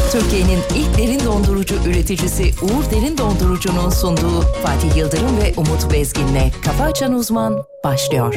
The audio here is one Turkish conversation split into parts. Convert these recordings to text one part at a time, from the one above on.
Türkiye'nin ilk derin dondurucu üreticisi Uğur Derin Dondurucu'nun sunduğu Fatih Yıldırım ve Umut Bezgin'le Kafa Açan Uzman başlıyor.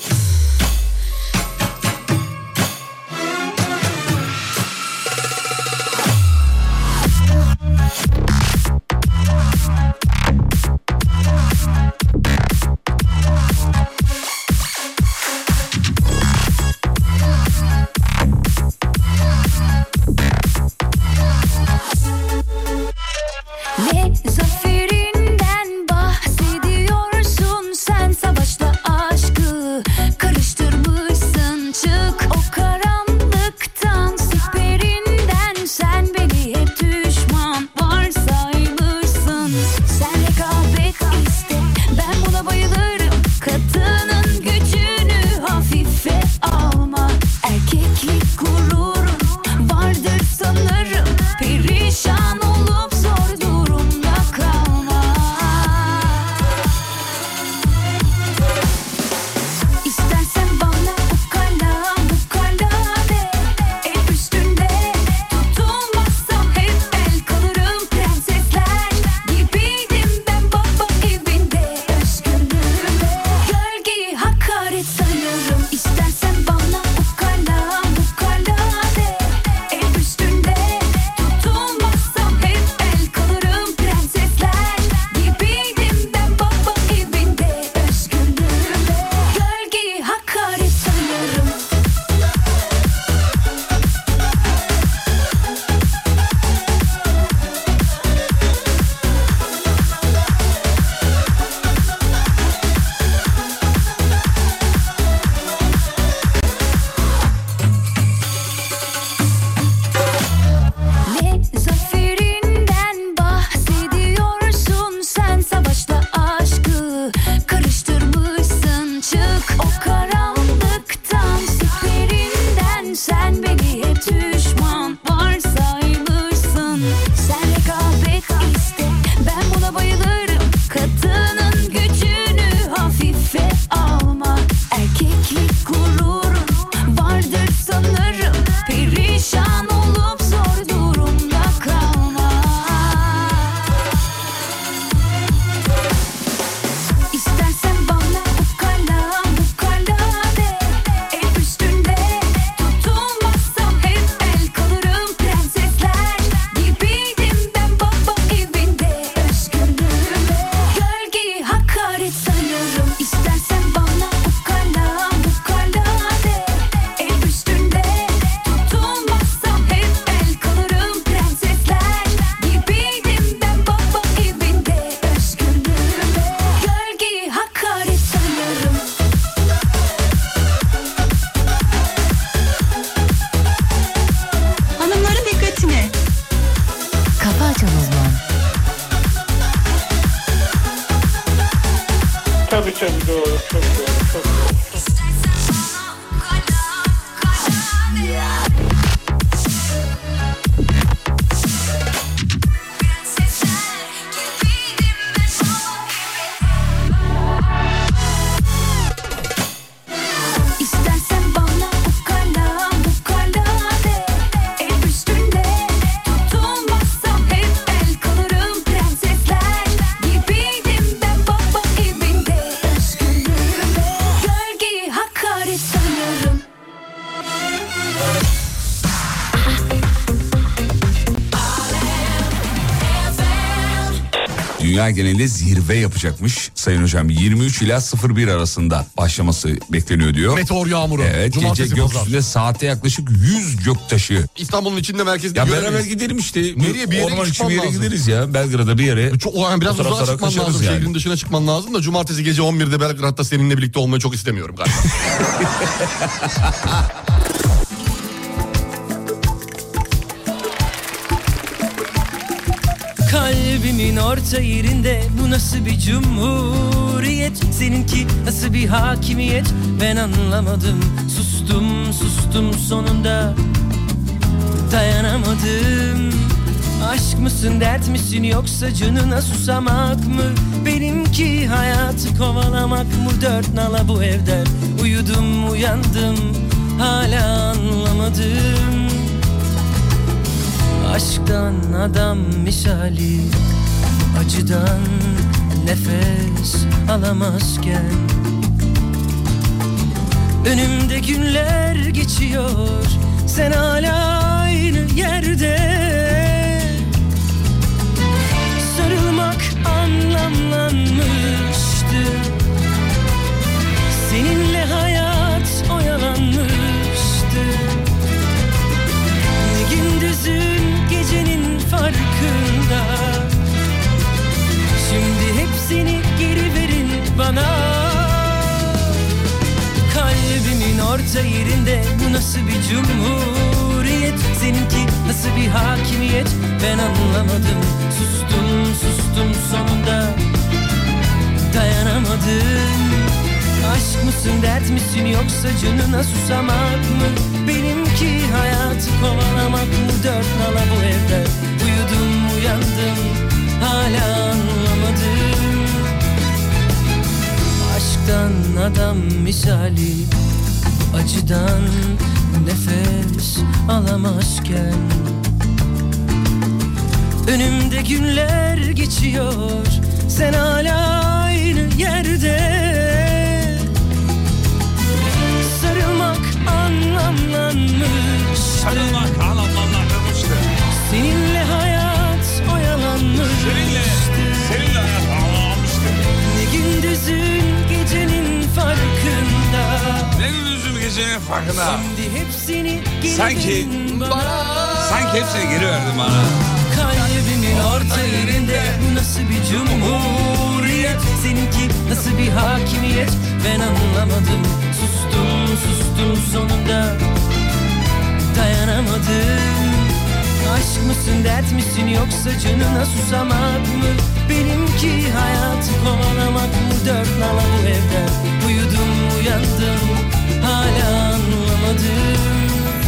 Dünya genelinde zirve yapacakmış Sayın Hocam. 23 ila 01 arasında başlaması bekleniyor diyor. Meteor yağmuru. Evet, gece gökyüzünde saate yaklaşık 100 göktaşı. İstanbul'un içinde merkezde ya beraber göremeyiz. Gidelim işte. Nereye, bir yere orman içi bir yere gideriz ya. Belgrad'a bir yere. Yani biraz uzağa çıkman lazım. Yani. Şehrin dışına çıkman lazım da cumartesi gece 11'de Belgrad'da seninle birlikte olmayı çok istemiyorum galiba. Kalbimin orta yerinde bu nasıl bir cumhuriyet, seninki nasıl bir hakimiyet, ben anlamadım. Sustum sonunda dayanamadım. Aşk mısın dert misin yoksa canına susamak mı? Benimki hayatı kovalamak mı? Dört nala bu evden uyudum uyandım hala anlamadım. Aşktan adam misali, acıdan nefes alamazken önümde günler geçiyor, sen hala aynı yerde. Sarılmak anlamlanmıştı, seninle hayat oyalanmıştı. Ne gündüzün gecenin farkında, şimdi hepsini geri verin bana. Kalbimin orta yerinde bu nasıl bir cumhuriyet, seninki nasıl bir hakimiyet, ben anlamadım. Sustum sonunda, dayanamadım. Aşk mısın dert misin yoksa canına susamak mı? Benimki hayatı kovalamak mı? Dört nala bu evde uyudum uyandım, hala anlamadım. Aşktan adam misali, acıdan nefes alamazken önümde günler geçiyor, sen hala aynı yerde. Sarılmak anlamlanmıştı, seninle hayat oyalanmıştı. Seninle hayat ağlanmıştı. Ne gündüzün gecenin farkında, Ne gündüzün gecenin farkında. şimdi hepsini geri Sanki verin bana. Sanki hepsini geri verdin bana. Kalbimin orta yerinde bu nasıl bir cumhuriyet, seninki nasıl bir hakimiyet, ben anlamadım. Sustum sonunda, dayanamadım. Aşk mısın dert misin yoksa canına susamak mı? Benimki hayatı kovalamak mı? Dört nala bu evde uyudum uyandım, hala anlamadım.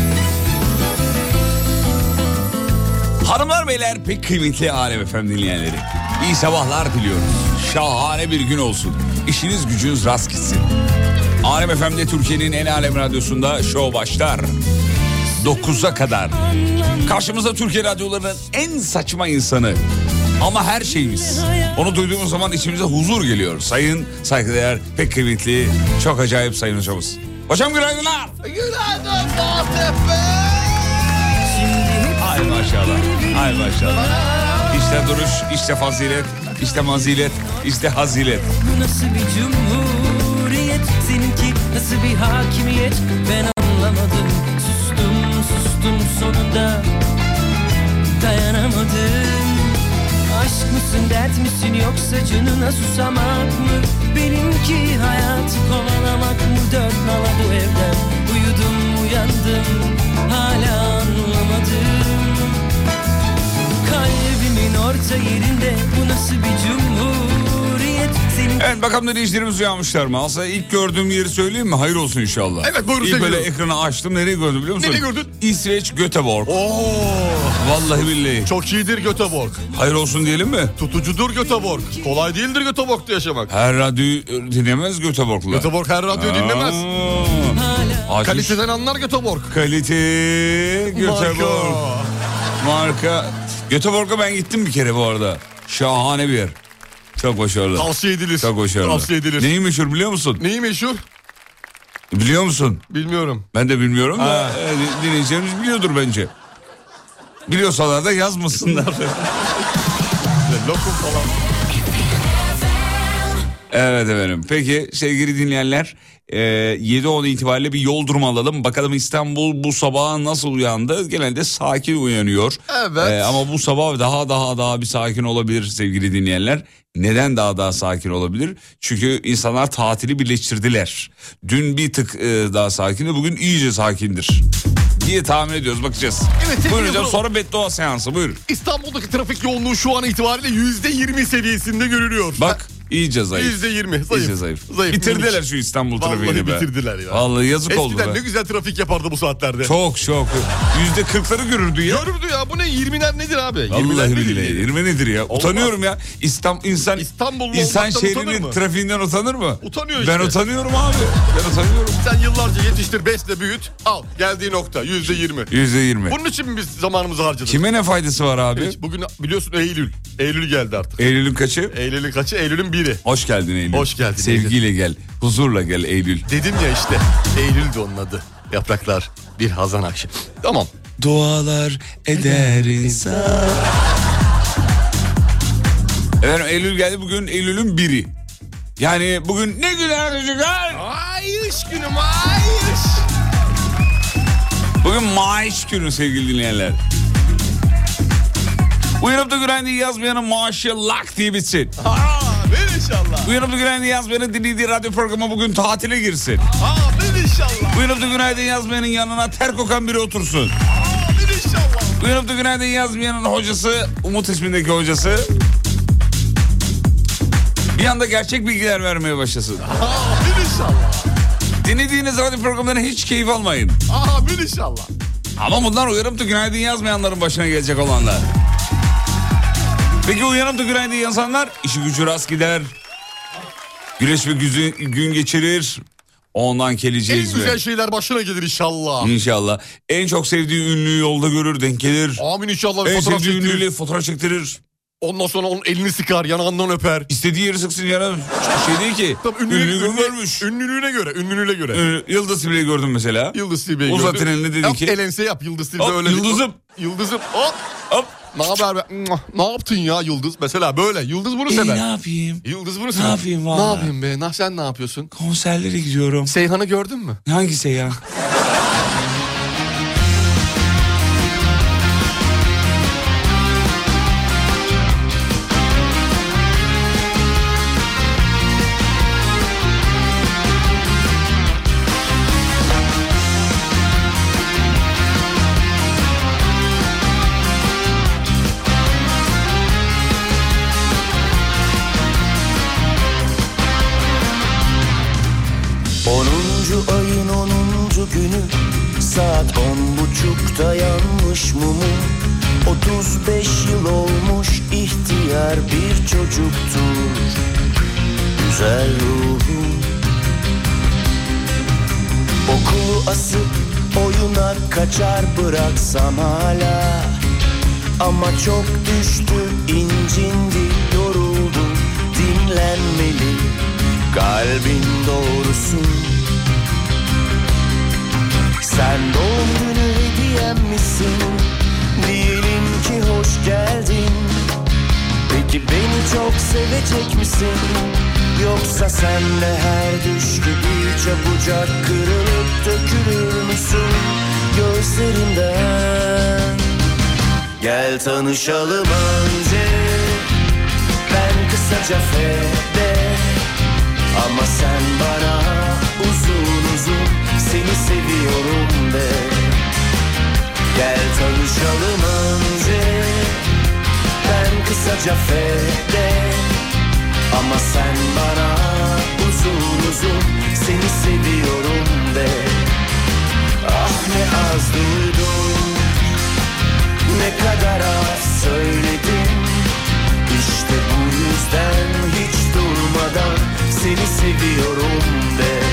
Hanımlar beyler, pek kıymetli Alem FM dinleyenleri, İyi sabahlar diliyoruz. Şahane bir gün olsun. İşiniz gücünüz rast gitsin. Alem FM'de Türkiye'nin en alem radyosunda show başlar. 9'a kadar. Karşımızda Türkiye radyolarının en saçma insanı. Ama her şeyimiz. Onu duyduğumuz zaman içimize huzur geliyor. Sayın, saygıdeğer, pek kıymetli, çok acayip sayın hocamız. Hocam günaydınlar. Günaydın Fatih Bey. Ay maşallah. Ay maşallah. İşte duruş, işte fazilet, işte mazilet, işte hazilet. Bu nasıl bir cumhuriyet, seninki nasıl bir hakimiyet, ben anlamadım. Sustum sonunda, dayanamadım. Aşk mısın dert misin yoksa canına susamak mı? Benimki hayatı kovalamak mı? Dört nala bu evde uyudum uyandım, hala anlamadım. Kalbimin orta yerinde bu nasıl bir cumhuriyet, senin... Evet, bakalım dinleyicilerimiz uyanmışlar mı? Aslında ilk gördüğüm yeri söyleyeyim mi? Hayır olsun inşallah. Evet, buyurun. İlk böyle ekranı açtım, nereye gördüm biliyor musun? Nereye gördün? İsveç Göteborg. Oo. Vallahi billahi. Çok iyidir Göteborg. Hayır olsun diyelim mi? Tutucudur Göteborg. Kolay değildir Göteborg'da yaşamak. Her radyoyu dinlemez Göteborg'lar. Göteborg her radyo dinlemez. Aa, Kaliteden anlar Göteborg. Kalite Göteborg. Marka. Göteborg'a ben gittim bir kere bu arada. Şahane bir yer. Çok başarılı. Tavsiye edilir. Çok başarılı. Tavsiye edilir. Neyi meşhur biliyor musun? Neyi meşhur? Biliyor musun? Bilmiyorum. Ben de bilmiyorum da dinleyicilerimiz biliyordur bence. Biliyorsalar da yazmasınlar. Lokum falan. Evet efendim. Peki sevgili dinleyenler, 7-10 itibariyle bir yol durumu alalım. Bakalım İstanbul bu sabah nasıl uyandı? Genelde sakin uyanıyor. Evet. Ama bu sabah daha bir sakin olabilir sevgili dinleyenler. Neden daha sakin olabilir? Çünkü insanlar tatili birleştirdiler. Dün bir tık daha sakindi, bugün iyice sakindir diye tahmin ediyoruz, bakacağız. Evet, buyurun hocam, sonra beddua seansı buyurun. İstanbul'daki trafik yoğunluğu şu an itibariyle %20 seviyesinde görülüyor. Bak İyice zayıf. %20 İyice zayıf. Bitirdiler şu İstanbul trafiğini be. Vallahi bitirdiler ya. Vallahi yazık oldu be. Eskiden ne güzel trafik yapardı bu saatlerde. Çok. %40'ları görürdü ya. Görürdü ya. Bu ne 20'ler nedir abi? Vallahi billahi 20 nedir ya? Olmaz. Utanıyorum ya. İstanbul şehrinin trafiğinden utanır mı? Utanıyor işte. Ben utanıyorum abi. Sen yıllarca yetiştir, besle, büyüt. Al geldiği nokta %20. %20. Bunun için mi biz zamanımızı harcadık? Kime ne faydası var abi? Hiç. Bugün biliyorsun Eylül. Eylül geldi artık. Eylül'ün kaçı? Eylül'ün kaçı? Eylül'ün 1'i. Hoş geldin Eylül. Hoş geldin. Sevgiyle gel. Huzurla gel Eylül. Dedim ya işte. Eylül de onun adı. Yapraklar bir hazan akşamı. Tamam. Dualar eder insan. Efendim Eylül geldi, bugün Eylül'ün 1'i. Yani bugün ne güzel çocuklar. Maaş günü maaş. Bugün maaş günü sevgili dinleyenler. Uyanıp da günaydın yazmayanın maaşı lak diye bitsin. Amin inşallah. Uyanıp da günaydın yazmayanın dinlediği radyo programı bugün tatile girsin. Amin inşallah. Uyanıp da günaydın yazmayanın yanına ter kokan biri otursun. Amin inşallah. Uyanıp da günaydın yazmayanın hocası, Umut ismindeki hocası, bir anda gerçek bilgiler vermeye başlasın. Amin inşallah. Dinlediğiniz radyo programlarına hiç keyif almayın. Amin inşallah. Ama bunlar uyanıp da günaydın yazmayanların başına gelecek olanlar. Peki uyanıp da günaydın yazanlar işi gücü rast gider. Güneş ve gün geçirir. Ondan keleceğiz. En güzel şeyler başına gelir inşallah. İnşallah. En çok sevdiği ünlüyü yolda görür, denk gelir. Amin inşallah. En sevdiği ünlüyle fotoğraf çektirir. Ondan sonra onun elini sıkar, yanağından öper. İstediği yeri sıksın yana. Şey değil ki. Ünlülüğü görmüş. Ünlülüğüne göre. Yıldız Tilbe'yi gördüm mesela. Yıldız Tilbe'yi gördüm. Uzatın elini dedi ki. El ense yap Yıldız Tilbe Hop, öyle. Yıldızım. Yıldızım. Hop. Hop. Ne haber be? Ne yaptın ya Yıldız? Mesela böyle. Yıldız bunu sever. Ne yapayım? Yıldız bunu sever. Ne yapayım var? Ne yapayım be? Sen ne yapıyorsun? Konserlere gidiyorum. Seyhan'ı gördün mü? Hangi Seyhan? Ayın 10. günü saat 10.30'da yanmış mumu. 35 yıl olmuş ihtiyar bir çocuktur güzel ruhum. Okulu asıp oyuna kaçar bıraksam hala. Ama çok düştü, incindi, yoruldu, dinlenmeli kalbin doğrusu. Sen doğum günü hediyem misin? Diyelim ki hoş geldin. Peki beni çok sevecek misin? Yoksa sen de her düş gibi çabucak kırılıp dökülür müsün gözlerimden? Gel tanışalım önce, ben kısaca fede. Ama sen bana uzun uzun seni seviyorum de. Gel tanışalım önce, ben kısaca fede. Ama sen bana uzun uzun seni seviyorum de. Ah ne az duydum, ne kadar az söyledim. İşte bu yüzden hiç durmadan seni seviyorum de.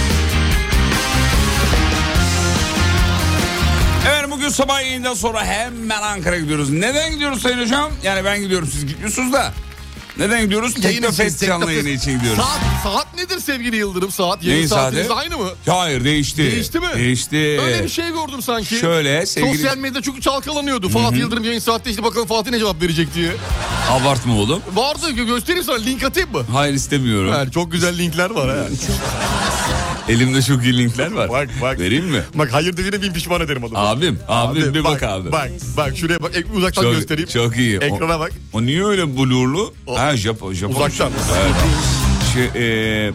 Evet, bugün sabah yayından sonra hemen Ankara'ya gidiyoruz. Neden gidiyoruz Sayın Hocam? Yani ben gidiyorum, siz gitmiyorsunuz da. Neden gidiyoruz? Teknofest canlı yayını için gidiyoruz. Saat nedir sevgili Yıldırım? Saat yeni Neyin saatiniz saati? aynı mı? Hayır, değişti. Değişti mi? Değişti. Öyle bir şey gördüm sanki. Şöyle sevgili... Sosyal medyada çünkü çalkalanıyordu. Fatih Yıldırım yayın saat değişti, bakalım Fatih ne cevap verecek diye. Abartma oğlum. Vardı, göstereyim sana, link atayım mı? Hayır, istemiyorum. Yani çok güzel linkler var ha. Elimde çok iyi linkler var. Bak. Vereyim mi? Bak hayır dediğine bin pişman ederim adamı. Abim bir bak abi. Bak şuraya bak, uzaktan Çok, göstereyim. çok iyi. Ekrana bak. O niye öyle blurlu? Ha, Japon. Uzaktan. Evet.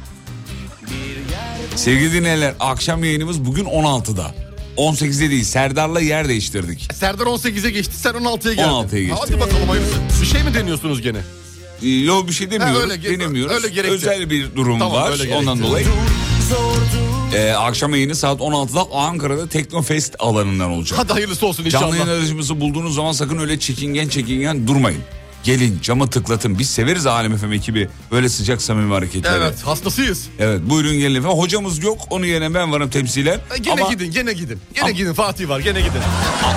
Sevgili dinleyenler, akşam yayınımız bugün 16'da. 18'de değil, Serdar'la yer değiştirdik. Serdar 18'e geçti, sen 16'ya geldin. 16'ya geçti. Hadi bakalım hayırlısı. Bir şey mi deniyorsunuz gene? Yok bir şey demiyoruz. Denemiyoruz. Öyle gerekli. Özel bir durum var. Ondan dolayı. Akşam yayını saat 16'da Ankara'da Teknofest alanından olacak. Hadi hayırlısı olsun inşallah. Canlı yayın aracımızı bulduğunuz zaman sakın öyle çekingen durmayın. Gelin camı tıklatın. Biz severiz Alem FM ekibi. Böyle sıcak samimi hareketleri. Evet, hastasıyız. Evet, buyurun gelin efendim. Hocamız yok. Onun yerine ben varım temsilen. Gene gidin. Gidin Fatih var, gene gidin.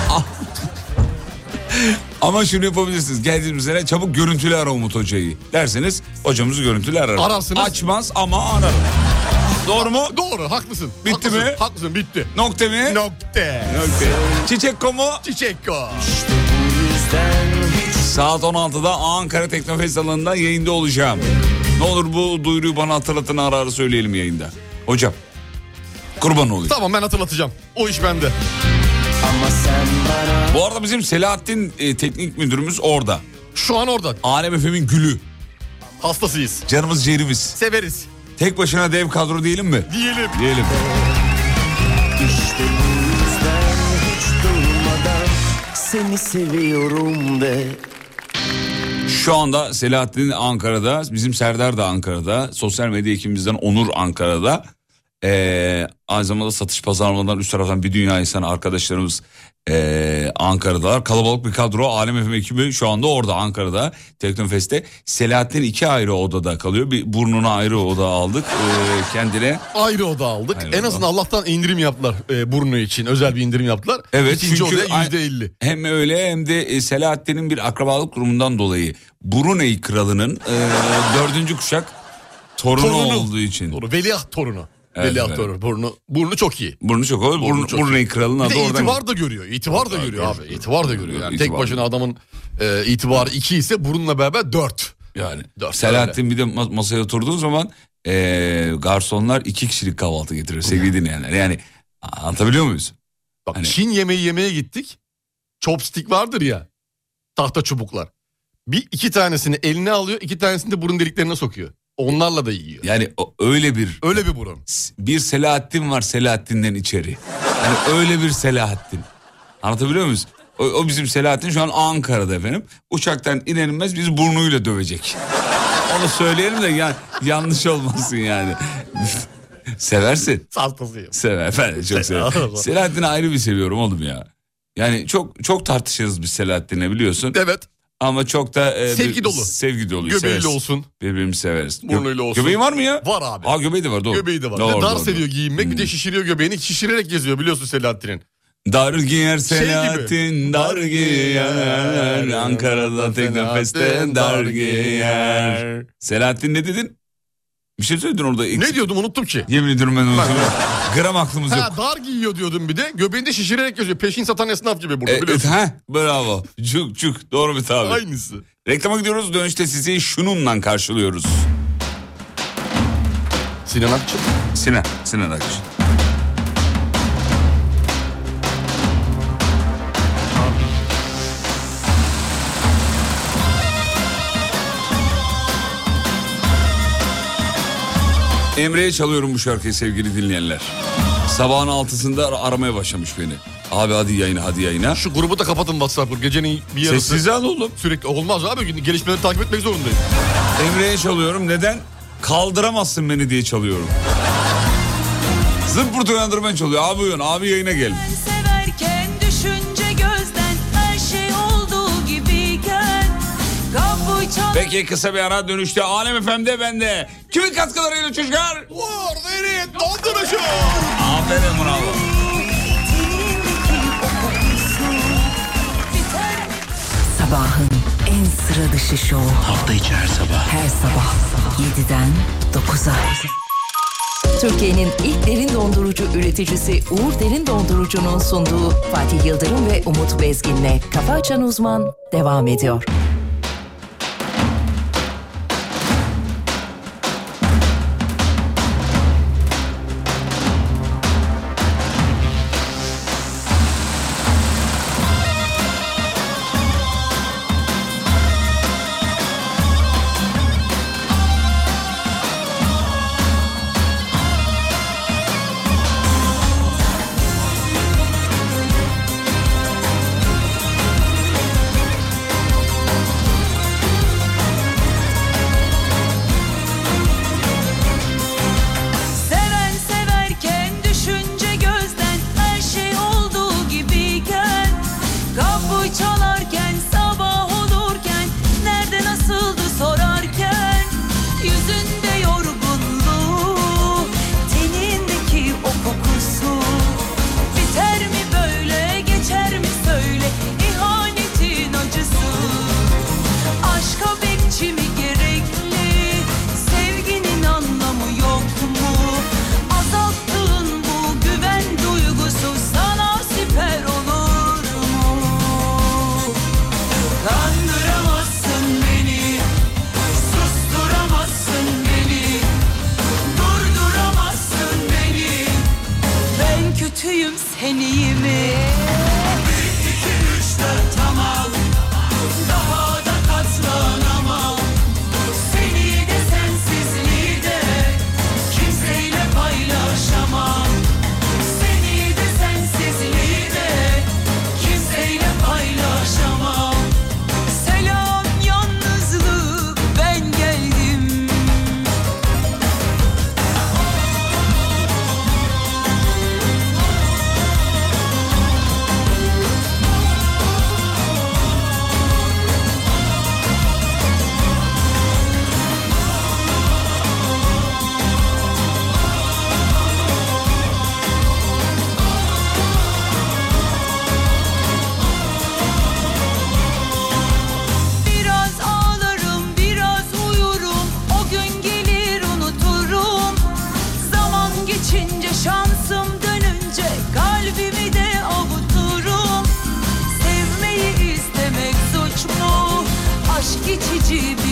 Ama şunu yapabilirsiniz. Geldiğimiz yere çabuk görüntülü ara Umut Hoca'yı derseniz hocamızı görüntülü ararım. Ararsınız. Açmaz ama ararım. Doğru mu? Doğru, haklısın. Bitti mi? Haklısın, bitti. Nokta mı? Nokta. Çiçekko mu? Çiçekko. Saat 16'da Ankara Teknofest alanında yayında olacağım. Ne olur bu duyuruyu bana hatırlatın, ara ara söyleyelim yayında. Hocam kurban olayım. Tamam, ben hatırlatacağım. O iş bende. Bu arada bizim Selahattin teknik müdürümüz orada. Şu an orada. Alem FM'in gülü. Hastasıyız. Canımız ciğerimiz. Severiz. Tek başına dev kadro diyelim mi? Diyelim. İşte bu yüzden hiç durmadan seni seviyorum de. Şu anda Selahattin Ankara'da, bizim Serdar da Ankara'da, sosyal medya ekibimizden Onur Ankara'da. Aynı zamanda satış pazarlamadan üst taraftan bir dünya insan arkadaşlarımız Ankara'dalar. Kalabalık bir kadro. Alem FM ekibi şu anda orada Ankara'da Teknofest'te. Selahattin 2 ayrı odada kalıyor. Bir burnuna ayrı oda aldık kendine. Ayrı oda aldık. En azından Allah'tan indirim yaptılar burnu için. Özel bir indirim yaptılar. Evet, İkinci çünkü odaya %50. Hem öyle hem de Selahattin'in bir akrabalık durumundan dolayı Brunei kralının 4. kuşak torunu olduğu için. Doğru, veliaht torunu. Evet, Veliaht torunu. Burnu çok iyi. Burnu çok olur. Brunei kralının adı oradan. İtibar da görüyor. İtibar da görüyor abi. İtibar da görüyor. Yani tek başına adamın itibarı 2 ise burunla beraber 4. Yani 4 Selahattin bir de masaya oturduğu zaman garsonlar 2 kişilik kahvaltı getiriyor sevgili dinleyenler. Yani anlatabiliyor muyuz? Bak Hani... Çin yemeği yemeye gittik. Chopstick vardır ya. Tahta çubuklar. İki tanesini eline alıyor, 2 tanesini de burun deliklerine sokuyor. Onlarla da yiyor. Yani öyle bir burun. Bir Selahattin var Selahattin'den içeri. Yani öyle bir Selahattin. Anlatabiliyor muyuz? O bizim Selahattin şu an Ankara'da efendim. Uçaktan iner inmez bizi burnuyla dövecek. Onu söyleyelim de yanlış olmasın yani. Seversin. Hastasıyım. Sever efendim, çok sever. Selahattin'i ayrı bir seviyorum oğlum ya. Yani çok tartışırız biz Selahattin'le biliyorsun. Evet. Ama çok da sevgi dolu. Sevgi dolu. Göbeğiyle severiz. Olsun. Birbirimizi severiz. Burnuyla olsun. Göbeğin var mı ya? Var abi. Göbeği de var, doğru. Göbeği de var. Dar seviyor giyinmek. Bir de şişiriyor göbeğini. Şişirerek geziyor biliyorsun Selahattin'in. Dar giyer Selahattin, dar giyer. Ankara'da Teknofest'te dar giyer. Selahattin ne dedin? Bir şey söyledin orada. Ne diyordum unuttum ki. Yemin ediyorum ben unuttum. Gram aklımız yok. Dar giyiyor diyordum bir de. Göbeğinde şişirerek geziyor. Peşin satan esnaf gibi burada biliyorsun. Bravo. Cuk doğru bir tabir. Aynısı. Reklama gidiyoruz, dönüşte sizi şununla karşılıyoruz. Sinan Akçıl. Sinan Akçıl. Emre'ye çalıyorum bu şarkıyı sevgili dinleyenler. Sabahın 6'sında aramaya başlamış beni. Abi hadi yayına. Şu grubu da kapatın WhatsApp'ı. Gecenin bir yarısı. Sessiz al oğlum. Sürekli olmaz abi. Gelişmeleri takip etmek zorundayım. Emre'ye çalıyorum. Neden? Kaldıramazsın beni diye çalıyorum. Zırt pırt uyandırmaya çalıyor. Abi uyan, abi yayına gel. Severken düşünce gözden her şey olduğu gibiyken. Peki kısa bir ara, dönüşte Alem FM'de bende. Kimin katkılarıyla çocuklar? Var verin dondurucu. Aferin, bravo. Sabahın en sıra dışı şovu. Hafta içi her sabah. Her sabah 7'den 9'a. Türkiye'nin ilk derin dondurucu üreticisi Uğur Derin Dondurucu'nun sunduğu Fatih Yıldırım ve Umut Bezgin'le Kafa Açan Uzman devam ediyor.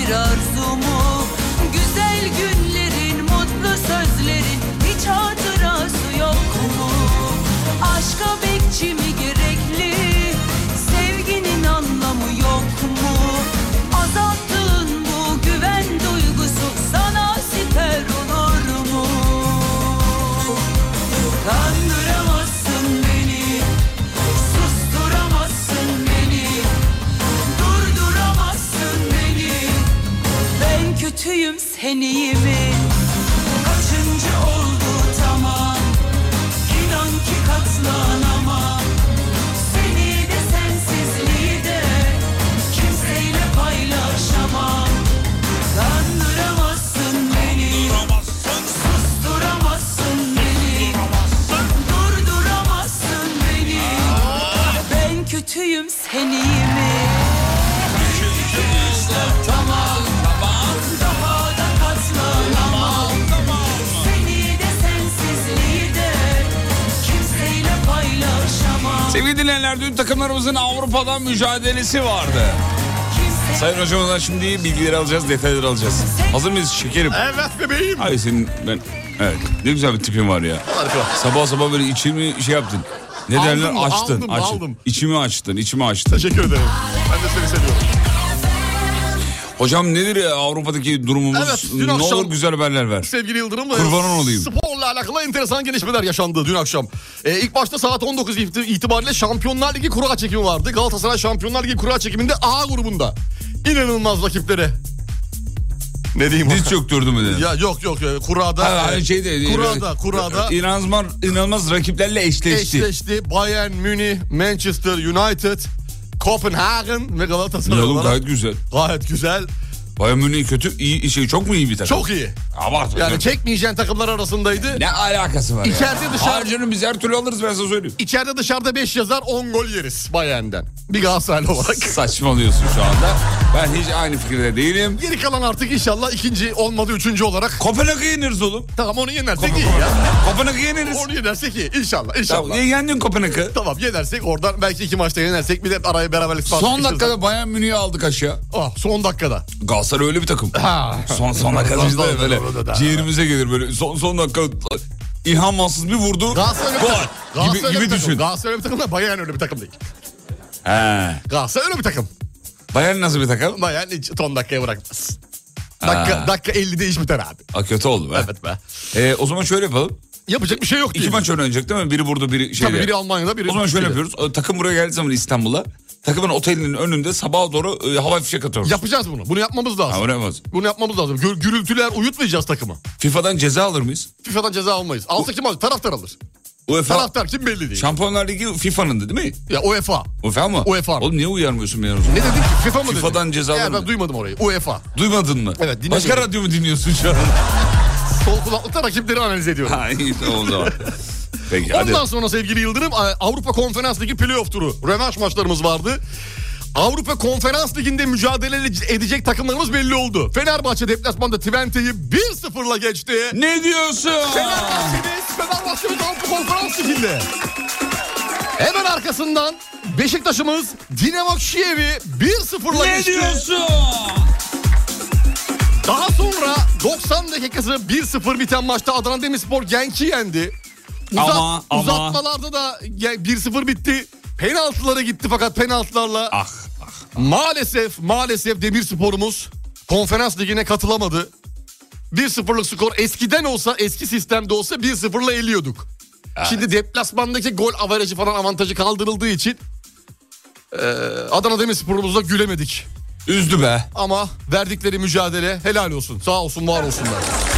bir arzu mu? Güzel günlerin, mutlu sözlerin hiç hatırası yok mu? Aşka bekçi mi gerekli? Sevginin anlamı yok mu? Azalttığın bu güven duygusu sana siper olur mu? Kandıramazsın beni, susturamazsın beni, durduramazsın beni. Ben kötüyüm, sen iyi mi? Kaçıncı oldu tamam, İnan ki katlanamam. Seni de sensizliği de kimseyle paylaşamam. Kandıramazsın beni, susturamazsın beni, durduramazsın beni. Ben kötüyüm, sen iyi mi? Tamam, daha da katlanamam. Seni de sensizliği de kimseyle paylaşamam. Sevgili dinleyenler, dün takımlarımızın Avrupa'dan mücadelesi vardı. Sayın hocamızdan şimdi bilgileri alacağız, detayları alacağız. Hazır mıyız şekerim? Evet bebeğim. Ay senin ben... Evet, ne güzel bir tipin var ya. Harika. Sabah sabah böyle içimi şey yaptın. Ne derler? Aldım, Açtın. aldım, açtın. aldım. İçimi açtın. Teşekkür ederim. Ben de seni seviyorum. Hocam nedir ya Avrupa'daki durumumuz? Evet, dün ne akşam- olur güzel haberler ver. Sevgili Yıldırım, Kurbanın olayım. sporla alakalı enteresan gelişmeler yaşandı dün akşam. İlk başta saat 19 itibariyle Şampiyonlar Ligi kura çekimi vardı. Galatasaray Şampiyonlar Ligi kura çekiminde A grubunda. İnanılmaz rakiplere. Ne diyeyim? Diz çöktürdü mü dedin? Ya yok kurada. Ha, şeyde, kurada. İnanılmaz rakiplerle eşleşti. Bayern Münih, Manchester United, Kopenhagen ve Galatasaray Ya oğlum, olarak. gayet güzel. Gayet güzel. Bayern Münih kötü, iyi şey, çok mu iyi bir takım? Çok iyi. Abart. Yani çekmeyeceğin takımlar arasındaydı. Ne alakası var İçeride ya? dışarı- Hayır canım, biz her türlü alırız, ben sana söyleyeyim. İçeride dışarıda 5 yazar 10 gol yeriz Bayern'den. Bir Galatasaraylı olarak. Saçmalıyorsun şu anda. Ben hiç aynı fikirde değilim. Geri kalan artık inşallah ikinci olmadı üçüncü olarak. Kopenhag'ı yeniriz oğlum. Tamam onu yenersek iyi ya. Kopenhag'ı yeneriz. Onu yenersek iyi inşallah. Tamam, yendin Kopenhag'ı. Tamam yenersek oradan belki 2 maçta yenersek bir de araya beraberlik falan. Son dakikada Bayern Münih'i aldık aşağı. Son dakikada. Galatasaray öyle bir takım. Son dakikada biz de böyle ciğerimize gelir böyle son dakika ilhamansız bir vurdu. Galatasaray öyle bir takım. Gol Galatasaray öyle gibi bir takım. düşün. Galatasaray öyle bir takım da Bayern öyle bir takım değil. He. Galatasaray öyle bir takım. Bayern nasıl bir takım? Bayern hiç son dakikaya bırakmaz. Ha. Dakika 50'de iş biter abi. Kötü oldu be. Evet be. O zaman şöyle yapalım. Yapacak bir şey yok İki değil. maç oynanacak değil mi? Biri burada, biri şeyde. Tabii biri Almanya'da, biri O zaman şöyle Türkiye'de. yapıyoruz. Takım buraya geldiği zaman İstanbul'a, takımın otelinin önünde sabaha doğru havai fişek atıyoruz. Yapacağız bunu. Bunu yapmamız lazım. Ha, oynamaz. Bunu yapmamız lazım. Gürültüler uyutmayacağız takımı. FIFA'dan ceza alır mıyız? FIFA'dan ceza almayız. Alsa kim alır? Taraftar alır. UEFA. Taraftar kim belli değil. Şampiyonlar Ligi FIFA'nın değil mi? Ya UEFA. UEFA mı? UEFA. Oğlum niye uyarmıyorsun beni o zaman? Ne dedin? FIFA mı dedin? FIFA'dan ceza alır Ya ben mı? duymadım orayı. UEFA. Duymadın mı? Evet, dinledim. Başka radyo mu dinliyorsun şu an? Sol kulaklıkta rakipleri analiz ediyorum. Ha iyi, tamam o zaman. Peki hadi. Ondan sonra sevgili Yıldırım Avrupa Konferans Ligi playoff turu. Rövanş maçlarımız vardı. Avrupa Konferans Ligi'nde mücadele edecek takımlarımız belli oldu. Fenerbahçe deplasmanda Twente'yi 1-0'la geçti. Ne diyorsun? Fenerbahçe'miz Avrupa Konferans Ligi'nde. Hemen arkasından Beşiktaş'ımız Dinamo Kiev'i 1-0'la Ne geçti. diyorsun? Daha sonra 90 dakikası 1-0 biten maçta Adana Demirspor Genk'i yendi. Ama. Uzatmalarda da 1-0 bitti. Penaltılara gitti fakat penaltılarla maalesef Demirspor'umuz Konferans Ligi'ne katılamadı. 1-0'lık skor eskiden olsa, eski sistemde olsa 1-0'la eliyorduk. Evet. Şimdi deplasmandaki gol averajı falan avantajı kaldırıldığı için Adana Demirspor'umuzla gülemedik. Üzdü be. Ama verdikleri mücadele helal olsun. Sağ olsun, var olsunlar.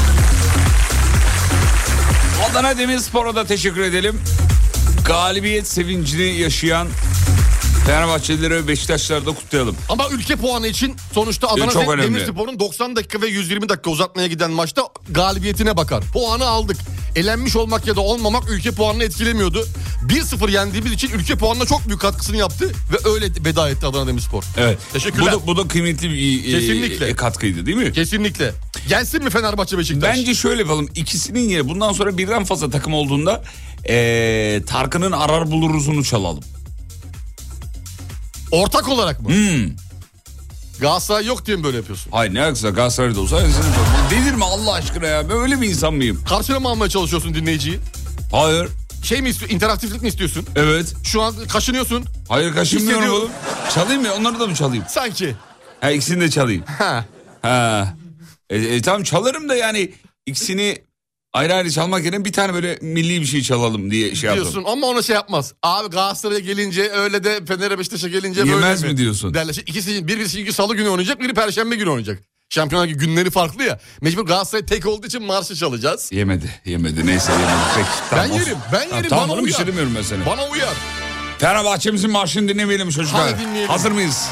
Adana Demirspor'a da teşekkür edelim. Galibiyet sevincini yaşayan Fenerbahçelileri ve Beşiktaşları da kutlayalım. Ama ülke puanı için sonuçta Adana Demirspor'un 90 dakika ve 120 dakika uzatmaya giden maçta galibiyetine bakar. Puanı aldık. Elenmiş olmak ya da olmamak ülke puanını etkilemiyordu. 1-0 yendiğimiz için ülke puanına çok büyük katkısını yaptı ve öyle veda etti Adana Demirspor. Evet. Teşekkürler. Bu da kıymetli bir katkıydı değil mi? Kesinlikle. Gelsin mi Fenerbahçe Beşiktaş? Bence şöyle yapalım. İkisinin yeri bundan sonra birden fazla takım olduğunda Tarkan'ın Arar Buluruz'unu çalalım. Ortak olarak mı? Galatasaray yok diye mi böyle yapıyorsun? Hayır, ne alakası Galatasaray'da olsa. Delirme Allah aşkına ya. Ben öyle bir insan mıyım? Karşına mı almaya çalışıyorsun dinleyiciyi? Hayır. Şey mi istiyorsun? İnteraktiflik mi istiyorsun? Evet. Şu an kaşınıyorsun. Hayır, kaşınmıyorum oğlum. Çalayım mı? Onları da mı çalayım? Sanki. Ha, ikisini de çalayım. Ha. Tamam çalarım da yani ikisini ayrı ayrı çalmak yerine bir tane böyle milli bir şey çalalım diye şey yaptım. Diyorsun ama ona şey yapmaz. Abi Galatasaray'a gelince öyle de Fener'e Beşiktaş'a gelince böyle yemez mi diyorsun? Derler. Birisi salı günü oynayacak, biri perşembe günü oynayacak. Şampiyonlar günleri farklı ya. Mecbur Galatasaray tek olduğu için marşı çalacağız. Yemedi. Neyse yemedi. Peki, tamam, ben yerim. Tamam, bana uyar. bir şey demiyorum ben sana. Bana uyar. Fenerbahçe'mizin marşını dinlemeyelim çocuklar. Hadi dinleyelim. Hazır mıyız?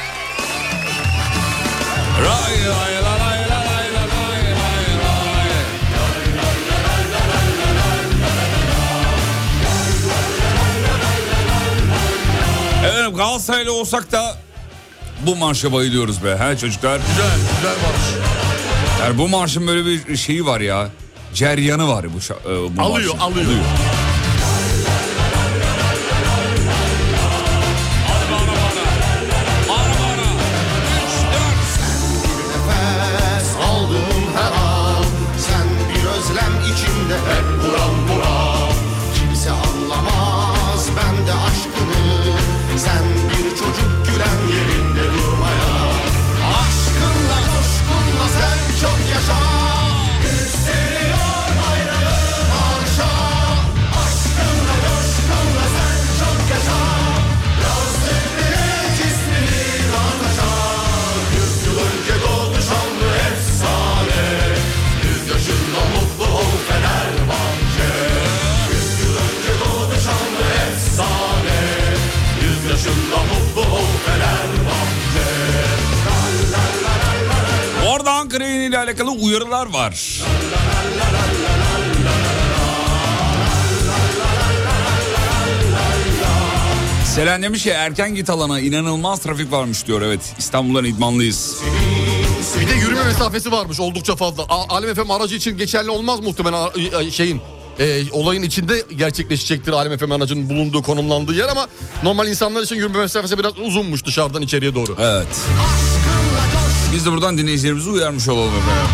Ray ray ray ray ray ray ray ray. Evet, Galatasaraylı olsak da bu marşa bayılıyoruz be. He çocuklar? Güzel marş. Yani bu marşın böyle bir şeyi var ya. Ceryanı var bu alıyor. Orada Ankara ile alakalı uyarılar var. Selen demiş ki erken git alana, inanılmaz trafik varmış diyor. Evet, İstanbul'dan idmanlıyız. Bir de yürüme mesafesi varmış oldukça fazla. Alem FM aracı için geçerli olmaz muhtemelen olayın içinde gerçekleşecektir Alem FM aracının bulunduğu, konumlandığı yer, ama normal insanlar için yürüme mesafesi biraz uzunmuş dışarıdan içeriye doğru. Evet. Biz de buradan dinleyicilerimizi uyarmış olalım efendim.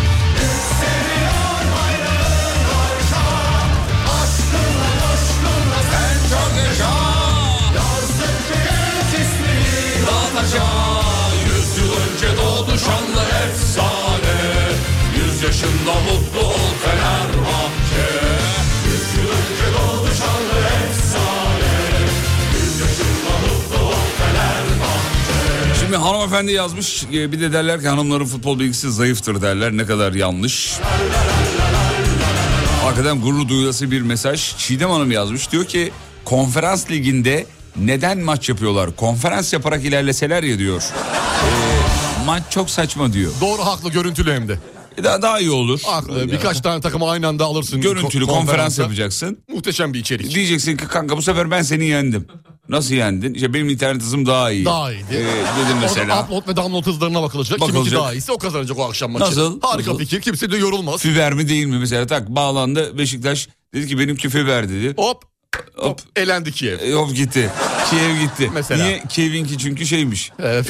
Şanlı efsane, 100 yaşında mutlu ol Fenerbahçe. 100 yıl önce doğdu şanlı efsane, 100 yaşında mutlu ol Fenerbahçe. Şimdi hanımefendi yazmış, bir de derler ki hanımların futbol bilgisi zayıftır derler. Ne kadar yanlış. Hakikaten gurur duyulası bir mesaj. Çiğdem Hanım yazmış, diyor ki konferans liginde neden maç yapıyorlar? Konferans yaparak ilerleseler ya diyor. Maç çok saçma diyor. Doğru, haklı, görüntülü hem de. Daha iyi olur. Haklı. Birkaç tane takımı aynı anda alırsın. Görüntülü konferans yapacaksın. Muhteşem bir içerik. Diyeceksin ki kanka bu sefer ben seni yendim. Nasıl yendin? İşte benim internet hızım daha iyi. Daha iyiydi. Dedim mesela. Upload ve download hızlarına bakılacak. Kiminki daha iyiyse o kazanacak o akşam maçı. Nasıl? Harika Nasıl? fikir. Kimse de yorulmaz. Fiber mi değil mi mesela? Tak bağlandı, Beşiktaş dedi ki benimki Fiber dedi. Hop. Elendi Kiev. Hop gitti. Kiev gitti. Mesela. Niye? Kiev'inki çünkü şeymiş.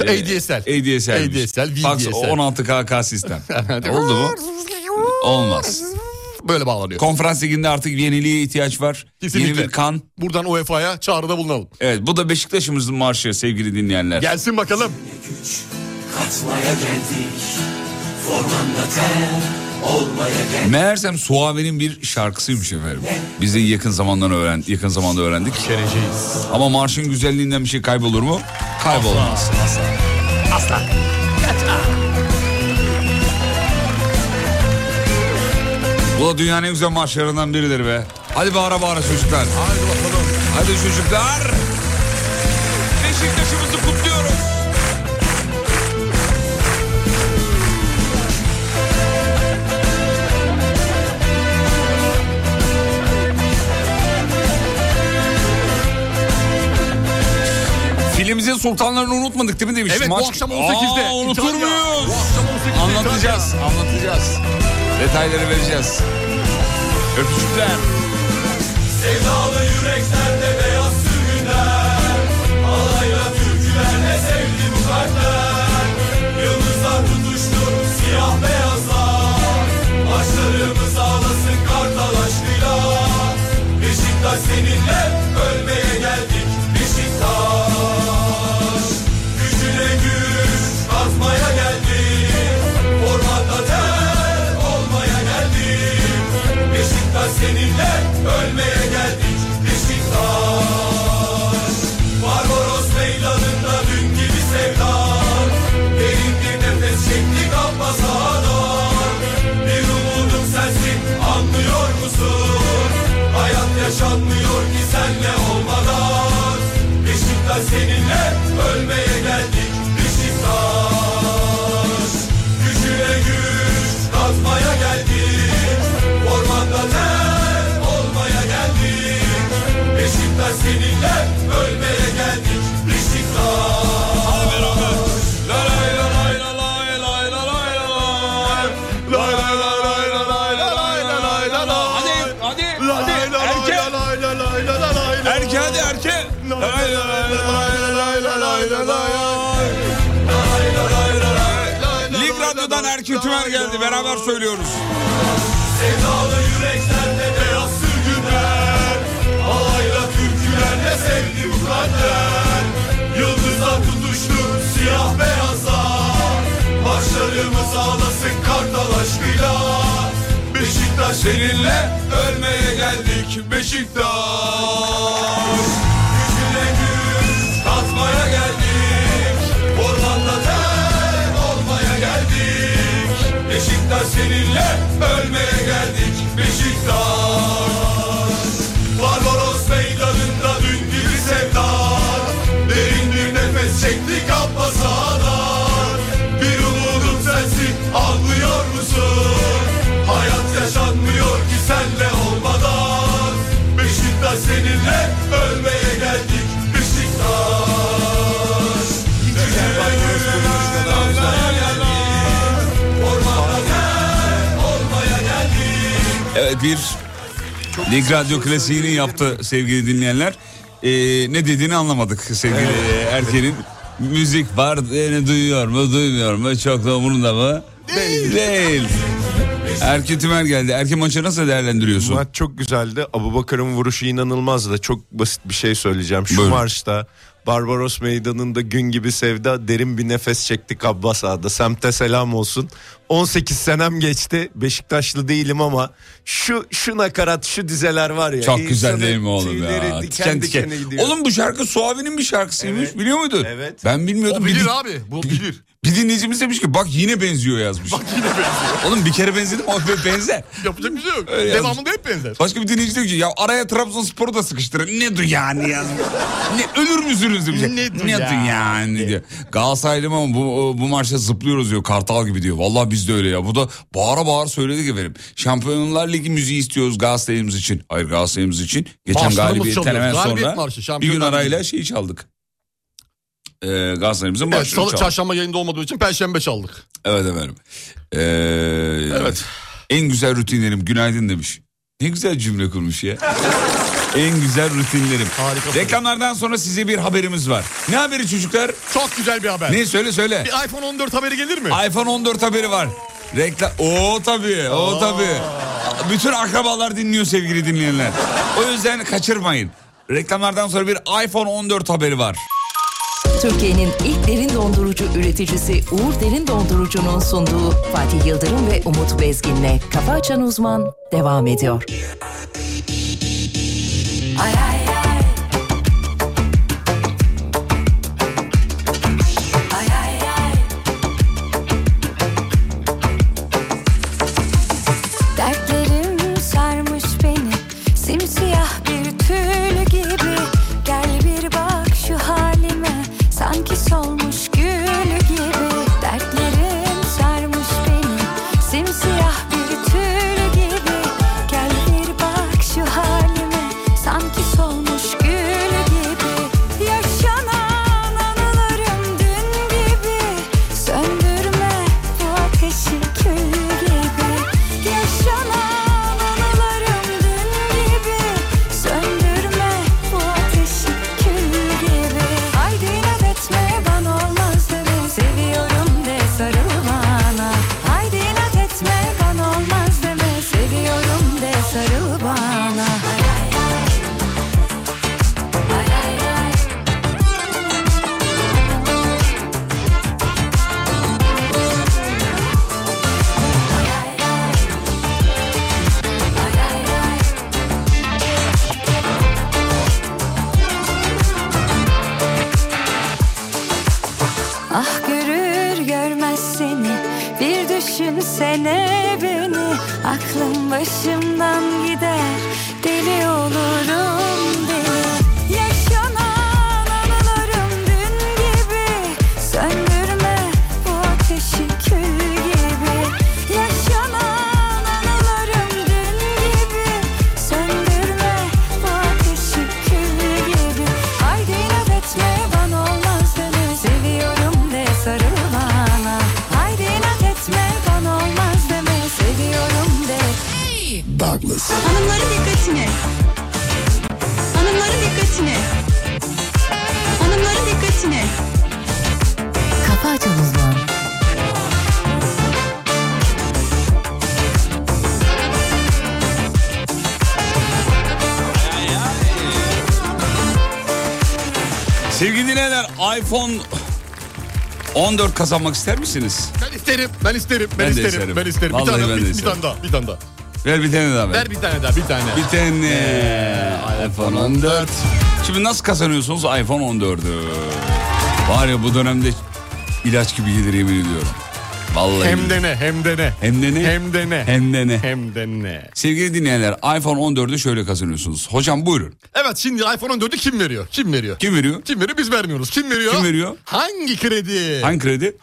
ADSL, Fax VDSL. 16KK sistem. Oldu mu? Olmaz. Böyle bağlanıyor. Konferans liginde artık yeniliğe ihtiyaç var. Kesinlikle. Yeni bir kan. Buradan UEFA'ya çağrıda bulunalım. Evet, bu da Beşiktaş'ımızın marşı sevgili dinleyenler. Gelsin bakalım. Katmaya geldik. Formanda ter olmaya geldik. Meğersem Suave'nin bir şarkısıymış efendim. Biz de yakın zamanda öğrendik. Geleceğiz. Ama marşın güzelliğinden bir şey kaybolur mu? Kaybolmaz. Asla. Bu da dünyanın en güzel marşlarından biridir be. Hadi bağıra bağıra çocuklar. Haydi bakalım. Hadi çocuklar. Beşiktaş'ımızı kutluyoruz. Filimizin sultanlarını unutmadık değil mi demiştim. Evet, bu akşam 18'de. Unutur muyuz? Bu akşam 18'de Anlatacağız. Detayları vereceğiz. Öpücükler. Sevdalı yüreklerde beyaz sürgünler, alayla türkülerle sevdi bu kalpler. seninle ölmeye geldik Beşiktaş. Gücüne güç katmaya geldik, ormanda ter olmaya geldik. Beşiktaş seninle ölmeye geldik Beşiktaş. Hadi beraber. La lay la lay la lay lay la lay la lay. La lay la lay la lay la lay la lay la lay. Hadi Erke. Erke hadi erke. Lig Radyo'dan Erke Tümer geldi, beraber söylüyoruz. Sevdalı yüreklerde beyaz sürgünler, alayla türkülerle sevdi bu kalpler. Yıldızlar tutuştu siyah beyazlar, başlarımız ağlasın kartal aşkıyla. Beşiktaş seninle ölmeye geldik Beşiktaş. Gücüne güç katmaya geldik, ormanda ter olmaya geldik. Beşiktaş seninle ölmeye geldik Beşiktaş. Barbaros meydanında dün gibi sevdar, derin bir nefes çektik Abbas Ağa'dan. Bir umudum sensin, anlıyor musun? Hayat yaşanmıyor ki senle olmadan. Beşiktaş seninle ölmeye geldik Beşiktaş. Ormanda ter olmaya geldik. Evet, bir Lig Radyo klasiğini yaptı sevgili dinleyenler. Ne dediğini anlamadık sevgili Erke'nin. Müzik var, duyuyor mu duymuyor mu, çok da umurunda mı? Değil. Erke Tümer geldi. Erke, maçı nasıl değerlendiriyorsun? Maç çok güzeldi. Abubakar'ın vuruşu inanılmazdı. Çok basit bir şey söyleyeceğim. Şu Buyurun. maçta Barbaros Meydanı'nda gün gibi sevda, derin bir nefes çektik Abbas Ağa'da. Semte selam olsun. 18 senem geçti. Beşiktaşlı değilim ama şu nakarat, şu dizeler var ya. Çok güzel değil mi oğlum ya? Diken diken gidiyor. Oğlum bu şarkı Suavi'nin bir şarkısıymış. Evet. Biliyor muydun? Evet. Ben bilmiyordum. O bilir abi. Bu bilir. Bir dinleyicimiz demiş ki bak yine benziyor yazmış. Bak yine benziyor. Oğlum bir kere benzedim ama benzer. Yapacak bir şey yok. Öyle Devamında hep benzer. Başka bir dinleyici diyor ki ya araya Trabzonspor'u da sıkıştırın. Ne du yani yazmış. Ne ölür müsünüz demiş. Ne du yani diyor. Galatasaraylıyım ama bu maçta zıplıyoruz diyor. Kartal gibi diyor. Vallahi biz de öyle ya. Bu da bağıra bağıra söyledik efendim. Şampiyonlar Ligi müziği istiyoruz Galatasaray'ımız için. Hayır, Galatasaray'ımız için. Geçen galibiyetten hemen sonra marşı, bir gün arayla şeyi çaldık. Galatasaray'ımızın başlığını çaldık. Çarşamba yayında olmadığı için Perşembe çaldık. Evet efendim. Evet. En güzel rutinlerim günaydın demiş. Ne güzel cümle kurmuş ya. En güzel rutinlerim. Harika. Reklamlardan sonra size bir haberimiz var. Ne haberi çocuklar? Çok güzel bir haber. Ne söyle. Bir iPhone 14 haberi gelir mi? iPhone 14 haberi var. O tabii. Bütün akrabalar dinliyor sevgili dinleyenler. O yüzden kaçırmayın. Reklamlardan sonra bir iPhone 14 haberi var. Türkiye'nin ilk derin dondurucu üreticisi Uğur Derin Dondurucu'nun sunduğu Fatih Yıldırım ve Umut Bezgin'le Kafa Açan Uzman devam ediyor. Ay ay ay. Ay ay ay. Dertlerim sarmış beni, simsiyah bir tül gibi. Gel bir bak şu halime, sanki solmuş gül gibi. Dertlerim sarmış beni, simsiyah bir tül gibi. Gel bir bak şu halime, sanki solmuş gül gibi. Yaşanan anılarım dün gibi, söndürme bu ateşi kül gibi. Yaşanan anılarım dün gibi, söndürme bu ateşi kül gibi. Haydi inat etme, bana olmaz deme, seviyorum de sarıl bana. Haydi inat etme, bana olmaz deme, seviyorum de sarıl bana. Ay ay ay. Ay ay ay. Ay ay ay. Ah görür görmez seni, bir düşünsene beni. Aklım başımdan gider, deli olurum deli. Yaşanan anılarım dinleyenler, iPhone 14 kazanmak ister misiniz? Ben isterim. Ben isterim. Vallahi bir tane daha. Ver bir tane daha. Ver bir tane daha. Bir tane. iPhone 14. Şimdi nasıl kazanıyorsunuz iPhone 14'ü? Var ya, bu dönemde ilaç gibi gelir, yemin ediyorum. Vallahi. Hem de ne. Sevgili dinleyenler, iPhone 14'ü şöyle kazanıyorsunuz. Hocam buyurun. Evet, şimdi iPhone 14'ü kim veriyor? Kim veriyor? Biz vermiyoruz. Kim veriyor? Hangi kredi? Hangi kredi?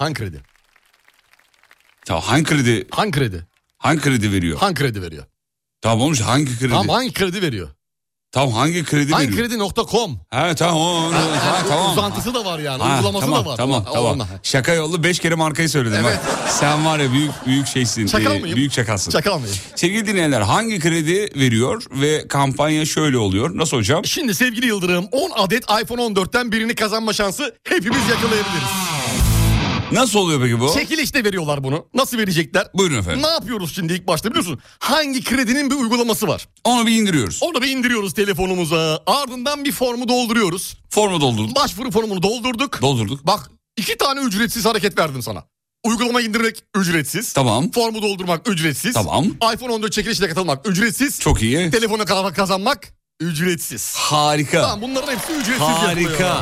Tamam, hangi kredi veriyor? Hangi kredi veriyor? Tamam olmuş, hangi kredi? Tamam, hangi kredi veriyor? Tamam, hangi kredi veriyor? Hangikredi.com. Ha tamam. Tamam. Uzantısı da var yani. Uygulaması da var. Tamam. Şaka yollu 5 kere markayı söyledim. Evet. Bak. Sen var ya büyük şeysin. Çakal mıyım? Büyük çakalsın. Çakal mıyım? Sevgili dinleyenler, hangi kredi veriyor ve kampanya şöyle oluyor. Nasıl hocam? Şimdi sevgili Yıldırım, 10 adet iPhone 14'ten birini kazanma şansı hepimiz yakalayabiliriz. Nasıl oluyor peki bu? Çekilişte veriyorlar bunu. Nasıl verecekler? Buyurun efendim. Ne yapıyoruz şimdi ilk başta biliyorsun? Hangi kredinin bir uygulaması var? Onu bir indiriyoruz. Onu bir indiriyoruz telefonumuza. Ardından bir formu dolduruyoruz. Formu doldurduk. Başvuru formunu doldurduk. Bak, 2 tane ücretsiz hareket verdim sana. Uygulama indirmek ücretsiz. Tamam. Formu doldurmak ücretsiz. Tamam. iPhone 14 çekilişine katılmak ücretsiz. Çok iyi. Telefona kazanmak ücretsiz. Harika. Tamam, bunların hepsi ücretsiz. Harika.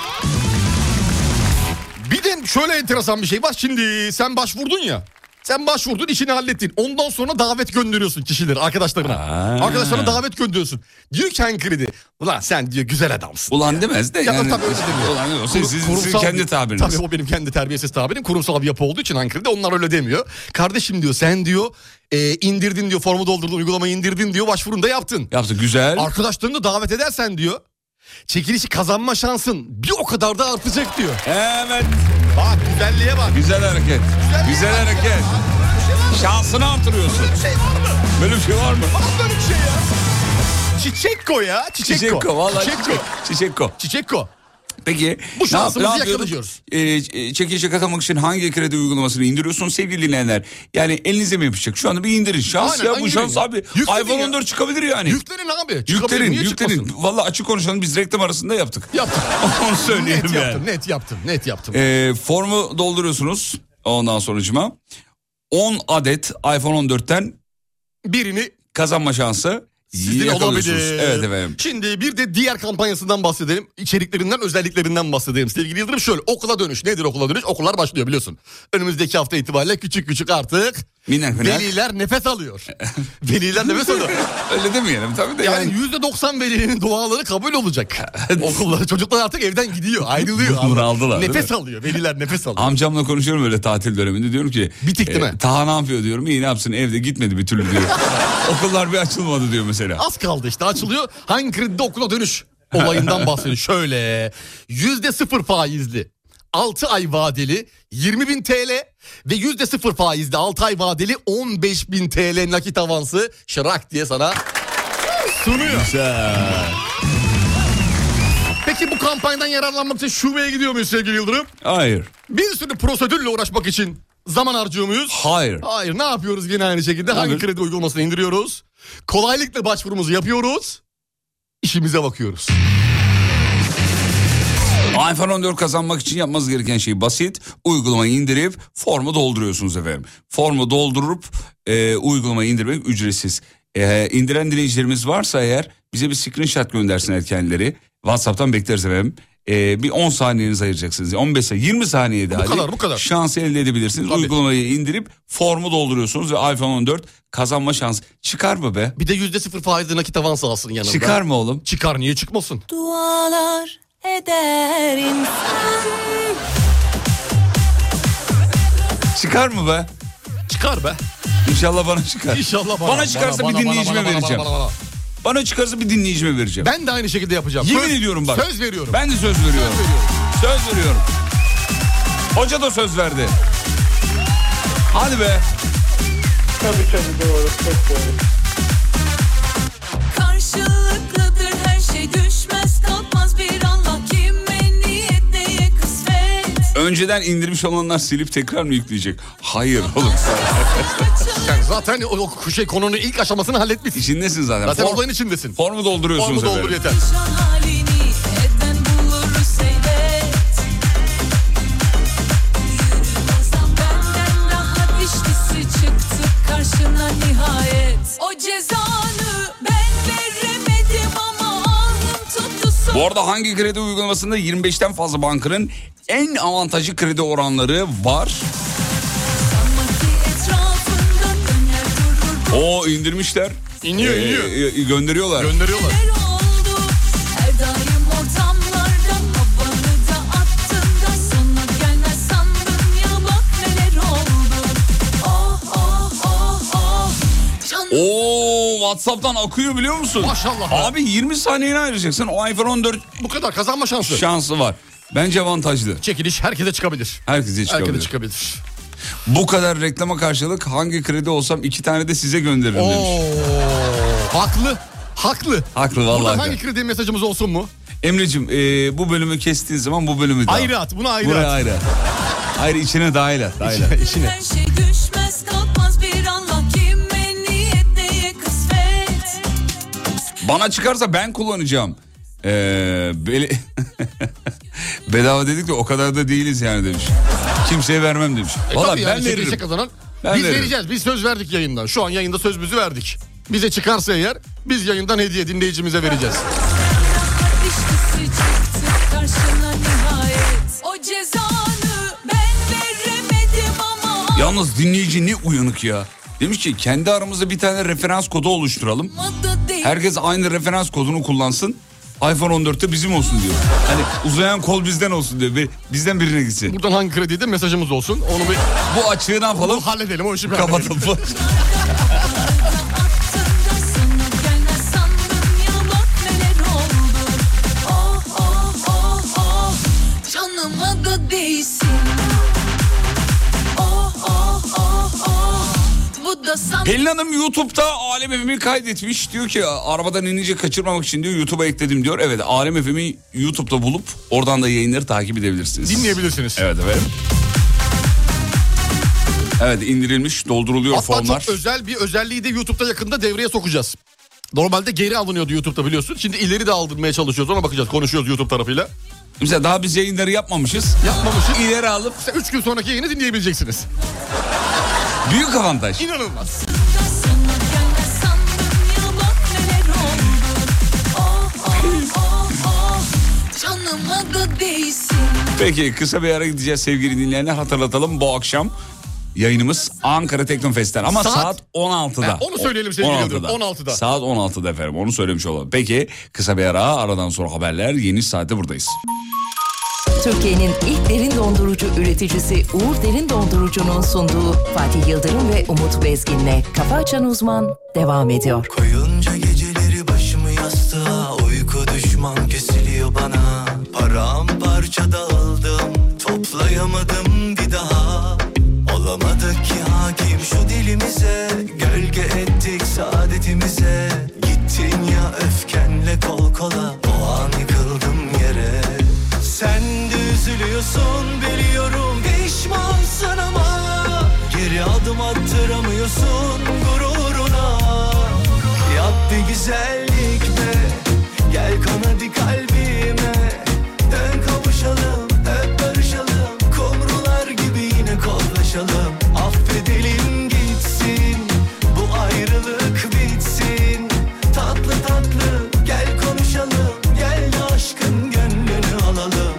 Bir de şöyle enteresan bir şey var. Şimdi sen başvurdun ya. Sen başvurdun, işini hallettin. Ondan sonra davet gönderiyorsun kişileri, arkadaşlarına. Arkadaşlarına davet gönderiyorsun. Diyor ki hangi kredi? Ulan sen diyor güzel adamsın. Ulan demez de. Ya yani, tabii öyle demiyor. Ulan o sizin kendi tabiriniz. Tabii o benim kendi terbiyesiz tabirim. Kurumsal bir yapı olduğu için hangi kredi, onlar öyle demiyor. Kardeşim diyor, sen diyor indirdin diyor, formu doldurdun, uygulamayı indirdin diyor, başvurunu da yaptın. Yaptın, güzel. Arkadaşlarını da davet edersen diyor, çekilişi kazanma şansın bir o kadar da artacak diyor. Evet. Bak, güzelliğe bak. Güzel hareket. Güzel hareket. Şansını artırıyorsun. Böyle bir şey var mı? Böyle bir şey var mı? Var böyle bir şey ya. Çiçekko ya. Çiçekko. Vallahi Çiçekko. Peki bu şansımızı yakalayacağız. Çekilişe katılmak için hangi kredi uygulamasını indiriyorsun sevgili dinleyenler? Yani elinize mi yapacak? Şu anda bir indirin. Şans ya, bu şans abi. IPhone 14 çıkabilir yani. Yüklerin abi. Yüklerin. Vallahi açık konuşalım, biz reklam arasında yaptık. Onu söyleyelim yani. Net yaptım. Formu dolduruyorsunuz ondan sonracıma. 10 adet iPhone 14'ten birini kazanma şansı sizin olabilir. Evet efendim. Şimdi bir de diğer kampanyasından bahsedelim. İçeriklerinden, özelliklerinden bahsedelim. Sevgili Yıldırım, şöyle, okula dönüş. Nedir okula dönüş? Okullar başlıyor biliyorsun. Önümüzdeki hafta itibariyle küçük artık veliler nefes alıyor. Veliler nefes alıyor. Öyle demeyelim tabii de. Yani %90 velinin duaları kabul olacak. Okullar, çocuklar artık evden gidiyor, ayrılıyor. Bunu aldılar. Nefes alıyor. Veliler nefes alıyor. Amcamla konuşuyorum öyle tatil döneminde, diyorum ki. Bitik değil mi? Taha ne yapıyor diyorum. İyi, ne yapsın, evde gitmedi bir türlü diyor. Okullar bir açılmadı diyor mesela. Az kaldı işte, açılıyor. Hangi kredide okula dönüş olayından bahsediyor. Şöyle %0 faizli 6 ay vadeli 20.000 TL ve %0 faizli 6 ay vadeli 15.000 TL nakit avansı şırak diye sana sunuyor. Güzel. Peki bu kampanyadan yararlanmak için şubeye gidiyor muyuz sevgili Yıldırım? Hayır. Bir sürü prosedürle uğraşmak için zaman harcıyor muyuz? Hayır. Ne yapıyoruz yine aynı şekilde? Hangi kredi uygulamasını indiriyoruz? Kolaylıkla başvurumuzu yapıyoruz. İşimize bakıyoruz. iPhone 14 kazanmak için yapmanız gereken şey basit. Uygulamayı indirip formu dolduruyorsunuz efendim. Formu doldurup uygulamayı indirmek ücretsiz. İndiren dinleyicilerimiz varsa eğer bize bir screenshot göndersinler kendileri. WhatsApp'tan bekleriz efendim. Bir 10 saniyenizi ayıracaksınız. 15 saniye, 20 saniyede bu kadar. Şansı elde edebilirsiniz. Tabii. Uygulamayı indirip formu dolduruyorsunuz ve iPhone 14 kazanma şansı. Çıkar mı be? Bir de %0 faizli nakit avans alsın yanında. Çıkar mı oğlum? Çıkar, niye çıkmasın? Dualar eder insan. Çıkar mı be? Çıkar be. İnşallah bana çıkar. İnşallah bana çıkarsa bir dinleyicime vereceğim. Bana çıkarsa bir dinleyicime vereceğim. Ben de aynı şekilde yapacağım. Yemin ediyorum bak. Söz veriyorum. Ben de söz veriyorum. Söz veriyorum. Hoca da söz verdi. Hadi be. Tabii doğru. Çok doğru. Karşılıklıdır her şey, düşmez kalkmaz bir Allah, kime niyet neye kısmet. Önceden indirmiş olanlar silip tekrar mı yükleyecek? Hayır oğlum. Sen zaten o konunun ilk aşamasını halletmişsin. İçindesin zaten. Zaten olayın içindesin. Formu dolduruyorsunuz. Formu doldur yeter. Bu arada hangi kredi uygulamasında 25'ten fazla bankanın en avantajlı kredi oranları var? O indirmişler. İniyor. Gönderiyorlar. WhatsApp'tan akıyor biliyor musun? Maşallah. Abi 20 saniyene ayıracaksın. O iPhone 14 bu kadar kazanma şansı var. Bence avantajlı. Çekiliş herkese çıkabilir. Herkese çıkabilir. Bu kadar reklama karşılık hangi kredi olsam 2 tane de size gönderirim demiş. Haklı vallahi. Burada hangi kredi mesajımız olsun mu? Emre'cim bu bölümü kestiğin zaman bu bölümü de ayrı at. Bunu ayrı buraya at. Ayrı içine dahil et. İçine. Her şey düşmez kalkmaz bir Allah kime niyet neye kısmet. Bana çıkarsa ben kullanacağım. Bedava dedik de o kadar da değiliz yani demiş. Kimseye vermem demiş. Vallahi ben veririm. Kazanan. Biz vereceğiz. Biz söz verdik yayından. Şu an yayında sözümüzü verdik. Bize çıkarsa eğer biz yayından hediye dinleyicimize vereceğiz. Yalnız dinleyici ne uyanık ya. Demiş ki kendi aramızda bir tane referans kodu oluşturalım. Herkes aynı referans kodunu kullansın. iPhone 14'te bizim olsun diyor. Hani uzayan kol bizden olsun diyor. Bizden birine gitsin. Buradan hangi kredide mesajımız olsun. Onu bu açığı ne yapalım? Bunu halledelim. O işi kapatalım. Pelin Hanım YouTube'da Alem FM'i kaydetmiş. Diyor ki arabadan inince kaçırmamak için diyor YouTube'a ekledim diyor. Evet, Alem FM'i YouTube'da bulup oradan da yayınları takip edebilirsiniz. Dinleyebilirsiniz. Evet efendim. Evet, indirilmiş, dolduruluyor hatta formlar. Hatta çok özel bir özelliği de YouTube'da yakında devreye sokacağız. Normalde geri alınıyordu YouTube'da biliyorsun. Şimdi ileri de aldırmaya çalışıyoruz, ona bakacağız. Konuşuyoruz YouTube tarafıyla. Mesela daha biz yayınları yapmamışız. İleri alıp 3 gün sonraki yayını dinleyebileceksiniz. Büyük avantaj. İnanılmaz. Peki kısa bir ara gideceğiz sevgili dinleyenler. Hatırlatalım, bu akşam yayınımız Ankara Teknofest'ten ama saat 16'da. Onu söyleyelim sevgili Yıldırım. 16'da. Saat 16'da efendim, onu söylemiş olalım. Peki kısa bir ara, aradan sonra haberler, yeni saatte buradayız. Türkiye'nin ilk derin dondurucu üreticisi Uğur Derin Dondurucu'nun sunduğu Fatih Yıldırım ve Umut Bezgin'le Kafa Açan Uzman devam ediyor. Koyunca geceleri başımı yastığa, uyku düşman kesiliyor bana. Paramparça dağıldım, toplayamadım bir daha. Olamadık ki hakim şu dilimize, gölge ettik saadetimize. Gittin ya öfkenle kol kola, o an yıkıldım yere. Sen de üzülüyorsun biliyorum, pişmansın ama geri adım attıramıyorsun gururuna. Yap bir güzellik be, gel kan hadi kalbime. Dön kavuşalım, hep barışalım, kumrular gibi yine kollaşalım. Affedelim gitsin, bu ayrılık bitsin. Tatlı tatlı gel konuşalım, gel de aşkın gönlünü alalım.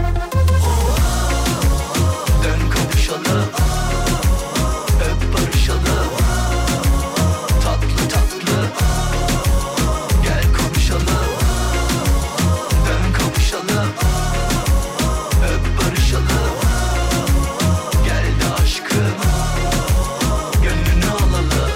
Dön kavuşalım, hep barışalım. Tatlı tatlı gel konuşalım. Dön kavuşalım, hep barışalım. Gel de aşkın gönlünü alalım.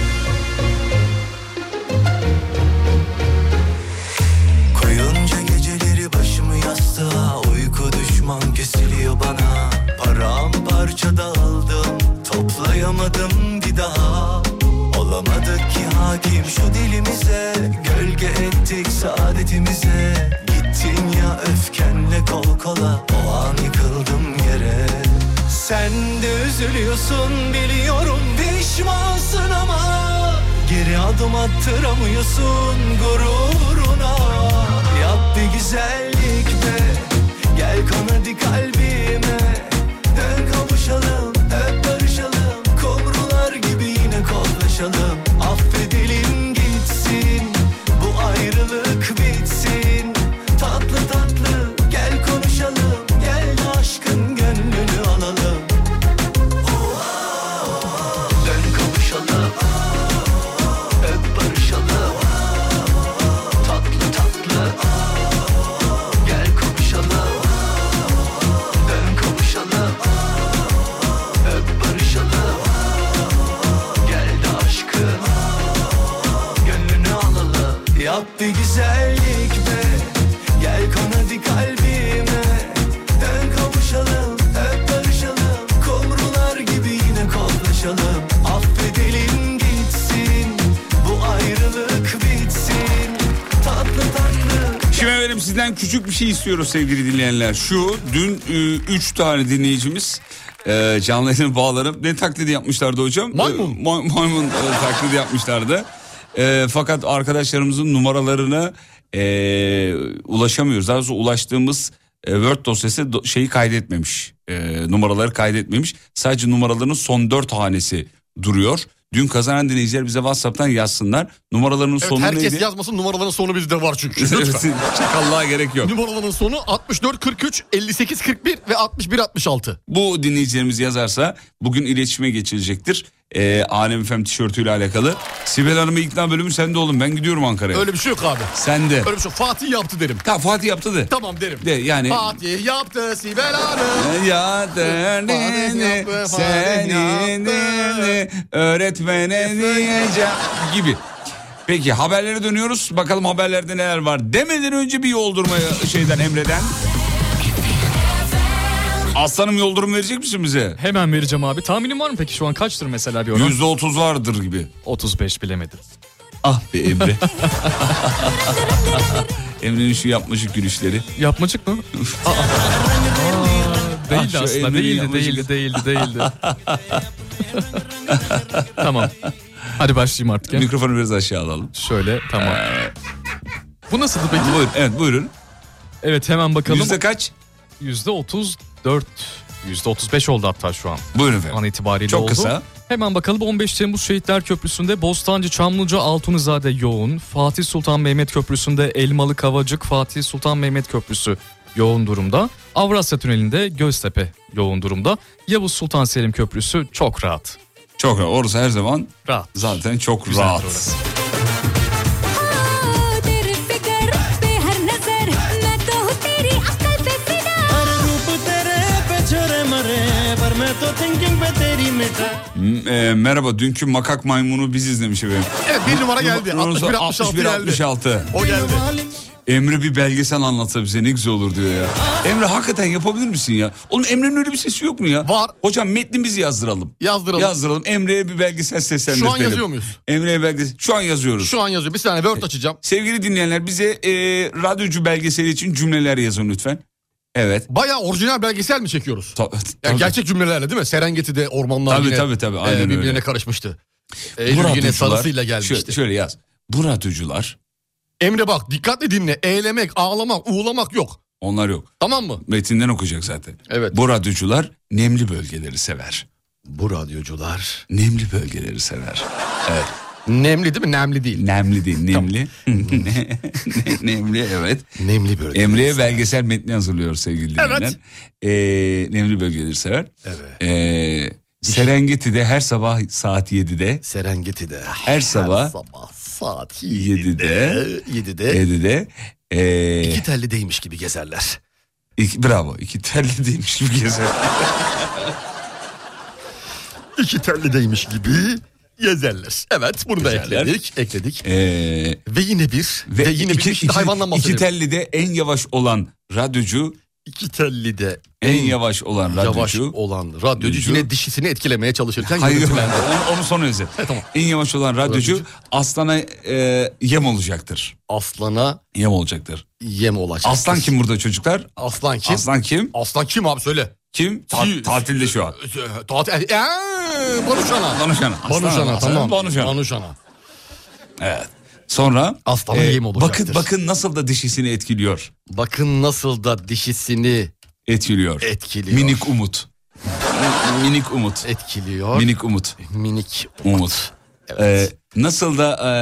Koyunca geceleri başımı yastığa, uyku düşman kesiliyor bana. Paramparça dağıldım, toplayamadım bir daha. Olamadık ki hakim şu dilimize, gölge ettik saadetimize. Gittin ya öfkenle kol kola, o an yıkıldım yere. Sen de üzülüyorsun biliyorum, pişmansın ama geri adım attıramıyorsun gururuna. Yap bir güzellik be, gel kan hadi kalbime. Dön kavuşalım, hep barışalım, kumrular gibi yine kollaşalım. Affedelim gitsin, bu ayrılık bitsin. sizden küçük bir şey istiyoruz sevgili dinleyenler. Şu dün 3 tane dinleyicimiz canlı yayın bağlanıp ne taklidi yapmışlardı hocam? Maymun. Maymun taklidi yapmışlardı. Fakat arkadaşlarımızın numaralarına ulaşamıyoruz. Daha sonra ulaştığımız Word dosyası şeyi kaydetmemiş. Numaraları kaydetmemiş. Sadece numaralarının son 4 hanesi duruyor. Dün kazanan dinleyiciler bize WhatsApp'tan yazsınlar. Numaralarının sonu neydi? Herkes yazmasın, numaraların sonu bizde var çünkü. Lütfen. Çakallığa gerek yok. Numaraların sonu 64 43 58 41 ve 61 66. Bu dinleyicilerimiz yazarsa bugün iletişime geçilecektir. Alem FM tişörtüyle alakalı. Sibel Hanım'ı ikna bölümü sende oğlum, ben gidiyorum Ankara'ya. Öyle bir şey yok abi. Sende. Öyle bir şey yok. Fatih yaptı derim. Tamam, Fatih yaptı de. Tamam derim. De yani. Fatih yaptı Sibel Hanım. Ya seni öğretmene diyeceğim gibi. Peki haberlere dönüyoruz. Bakalım haberlerde neler var. Demeden önce bir yoldurma şeyden, Emre'den. Aslanım, yoldurum verecek misin bize? Hemen vereceğim abi. Tahminin var mı peki şu an kaçtır mesela bir oran? %30 vardır gibi. 35 bilemedim. Ah be Emre. Emre'nin şu yapmacık gülüşleri. Yapmacık mı? Değildi aslında. Değildi. Tamam. Hadi başlayayım artık ya. Mikrofonu biraz aşağı alalım. Şöyle, tamam. Bu nasıldı peki? Buyurun, evet buyurun. Evet, hemen bakalım. Yüzde kaç? %34. %35 oldu hatta şu an. Buyurun efendim. An itibariyle çok oldu. Kısa. Hemen bakalım. 15 Temmuz Şehitler Köprüsü'nde Bostancı Çamlıca Altunizade yoğun. Fatih Sultan Mehmet Köprüsü'nde Elmalı Kavacık Fatih Sultan Mehmet Köprüsü yoğun durumda. Avrasya Tüneli'nde Göztepe yoğun durumda. Yavuz Sultan Selim Köprüsü çok rahat. Çok rahat. Orası her zaman rahat. Zaten çok güzel rahat. Orası. Merhaba, dünkü makak maymunu biz izlemiş efendim. Evet, bir numara geldi. 61-66 geldi. 66. O geldi. Emre bir belgesel anlatsa bize ne güzel olur diyor ya. Emre hakikaten yapabilir misin ya? Oğlum Emre'nin öyle bir sesi yok mu ya? Var. Hocam metni biz yazdıralım. Yazdıralım. Emre'ye bir belgesel seslendirelim. Şu an yazıyor muyuz? Emre'ye belgesel. Şu an yazıyoruz. Şu an yazıyor. Bir saniye Word açacağım. Sevgili dinleyenler, bize radyocu belgeseli için cümleler yazın lütfen. Evet. Bayağı orijinal belgesel mi çekiyoruz? Yani gerçek cümlelerle değil mi? Serengeti'de ormanlar tabii. Aynen birbirine öyle. karışmıştı. Eylül yine sarısıyla gelmişti. Şöyle yaz. Bu radyocular. Emre bak, dikkatli dinle. Eğlemek, ağlamak, uğulamak yok. Onlar yok. Tamam mı? Metinden okuyacak zaten. Evet. Bu radyocular nemli bölgeleri sever. Bu radyocular nemli bölgeleri sever. Evet. Nemli değil mi? Nemli değil. Nemli değil, nemli. Nemli, evet. Nemli bölgeleri. Emre'ye belgesel metni hazırlıyor sevgili dinleyenler. Evet. Nemli bölgeleri sever. Evet. Serengeti'de her sabah saat 7'de. Serengeti'de her sabah saat 7'de. 7'de. İki telli değmiş gibi gezerler. Bravo. İki telli değmiş gibi gezerler. İki telli değmiş gibi gezerler. Evet, bunu da ekledik. Ve yine bir hayvandan bahsedelim. İki telli de en yavaş olan radyocu. İki telli de en yavaş olan radyocu. Yine dişisini etkilemeye çalışırken hayır, onu sonra özet. Tamam. En yavaş olan radyocu aslana yem olacaktır. Aslana yem olacaktır. Aslan kim burada çocuklar? Aslan kim? Aslan kim abi, söyle. Kim? Tatilde şu an. Banuşana. Evet. Sonra aslanın yemi olacaktır. Bakın nasıl da dişisini etkiliyor. Bakın nasıl da dişisini etkiliyor. Minik umut. Minik umut. Etkiliyor. Minik umut. Minik umut. Evet. Nasıl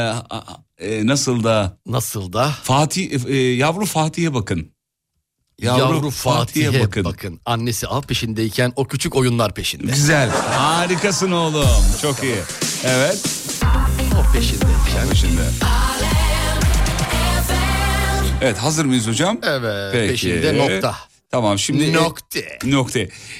da Fatih, yavru Fatih'e bakın. Yavru Fatih'e bakın. Annesi av peşindeyken o küçük oyunlar peşinde. Güzel. Harikasın oğlum. Çok iyi. Evet. O peşinde. Evet, hazır mıyız hocam? Evet. Peki. Peşinde nokta. Tamam, şimdi nokta.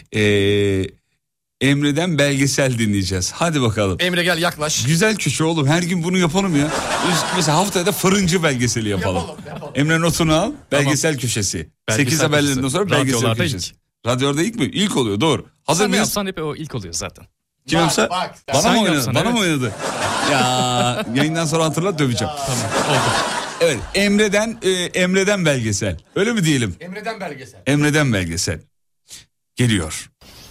Emre'den belgesel dinleyeceğiz. Hadi bakalım. Emre gel, yaklaş. Güzel köşe oğlum. Her gün bunu yapalım ya. Mesela haftaya da fırıncı belgeseli yapalım. Emre notunu al. Belgesel köşesi. 8 haberlerinden sonra belgesel köşesi. Radyoda ilk mi? İlk oluyor, doğru. Hazır mıyız? Sen hep o ilk oluyor zaten. Kim yapsa? Bana mı oynadı? Ya yayından sonra hatırlat, döveceğim. Tamam, oldu. Evet, Emre'den belgesel. Öyle mi diyelim? Emre'den belgesel. Emre'den belgesel. Geliyor.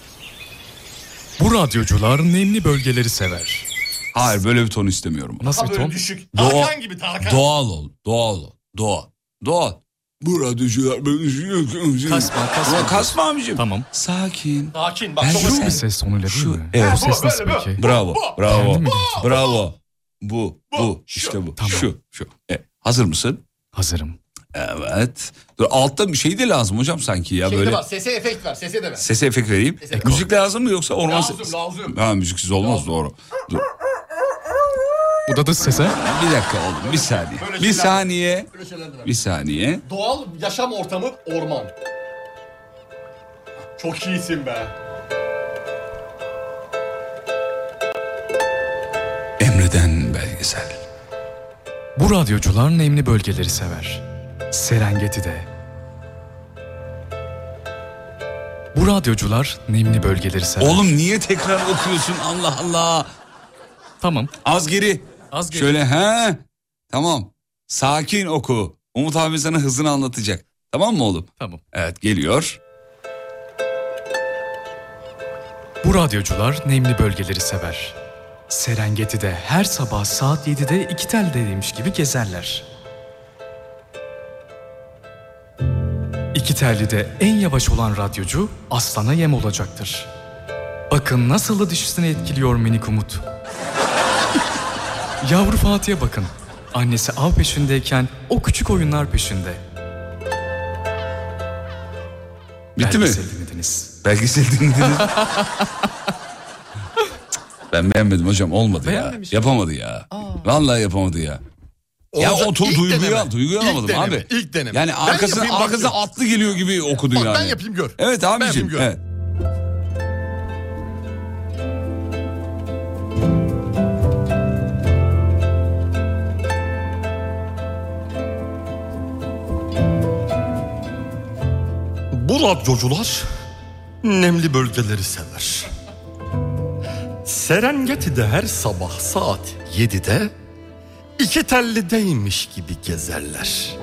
Bu radyocular nemli bölgeleri sever. Hayır, böyle bir ton istemiyorum. Nasıl bir ton? Düşük. Tarkan gibi Tarkan. Doğal ol. Doğal. Bu radyocular böyle kasma abicim. Tamam. Sakin. Sakin. Bak Şu bir ses tonuyla değil mi? Evet. Bu ses nasıl peki? Bravo. Beğendin mi? Bravo. Bu. İşte bu. Tamam. Şu. Hazır mısın? Hazırım. Evet. Dur, altta bir şey de lazım hocam sanki ya böyle. Var, sese efekt ver. Sese de ver. Sese efekt vereyim. Müzik lazım mı yoksa orman Lazım. Ha, müziksiz olmaz, doğru. Dur. Bu da dış sese. Bir dakika oğlum, bir saniye. Bir saniye. Doğal yaşam ortamı orman. Çok iyisin be. Emre'den belgesel. Bu radyocular nemli bölgeleri sever. Serengeti'de. Bu radyocular nemli bölgeleri sever. Oğlum niye tekrar okuyorsun, Allah Allah. Tamam. Az geri. Şöyle Tamam. Sakin oku. Umut abi sana hızını anlatacak. Tamam mı oğlum? Tamam. Evet, geliyor. Bu radyocular nemli bölgeleri sever. Serengeti'de her sabah saat 7'de iki teldeymiş gibi gezerler. İki tellide en yavaş olan radyocu aslana yem olacaktır. Bakın nasıl da dişisini etkiliyor minik Umut. Yavru Fatih'e bakın. Annesi av peşindeyken o küçük oyunlar peşinde. Bitti mi? Belgesel dinlediniz. Belgesel dinlediniz. Ben beğenmedim hocam, olmadı ya. Yapamadı ya. Vallahi yapamadı ya. Ya o duyguyu alamadım abi. İlk deneme. Yani arkasına atlı geliyor gibi okudu yani. Ben yapayım gör. Evet abicim. Evet. Bu radyocular nemli bölgeleri sever. Serengeti'de her sabah saat 7'de iki tellideymiş gibi gezerler.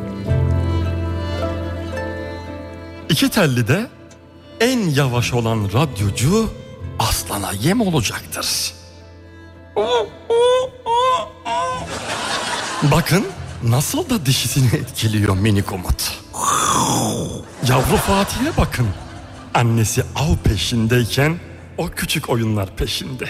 İki tellide en yavaş olan radyocu aslana yem olacaktır. Bakın nasıl da dişisini etkiliyor minik Umut. Yavru Fatih'e bakın. Annesi av peşindeyken o küçük oyunlar peşinde.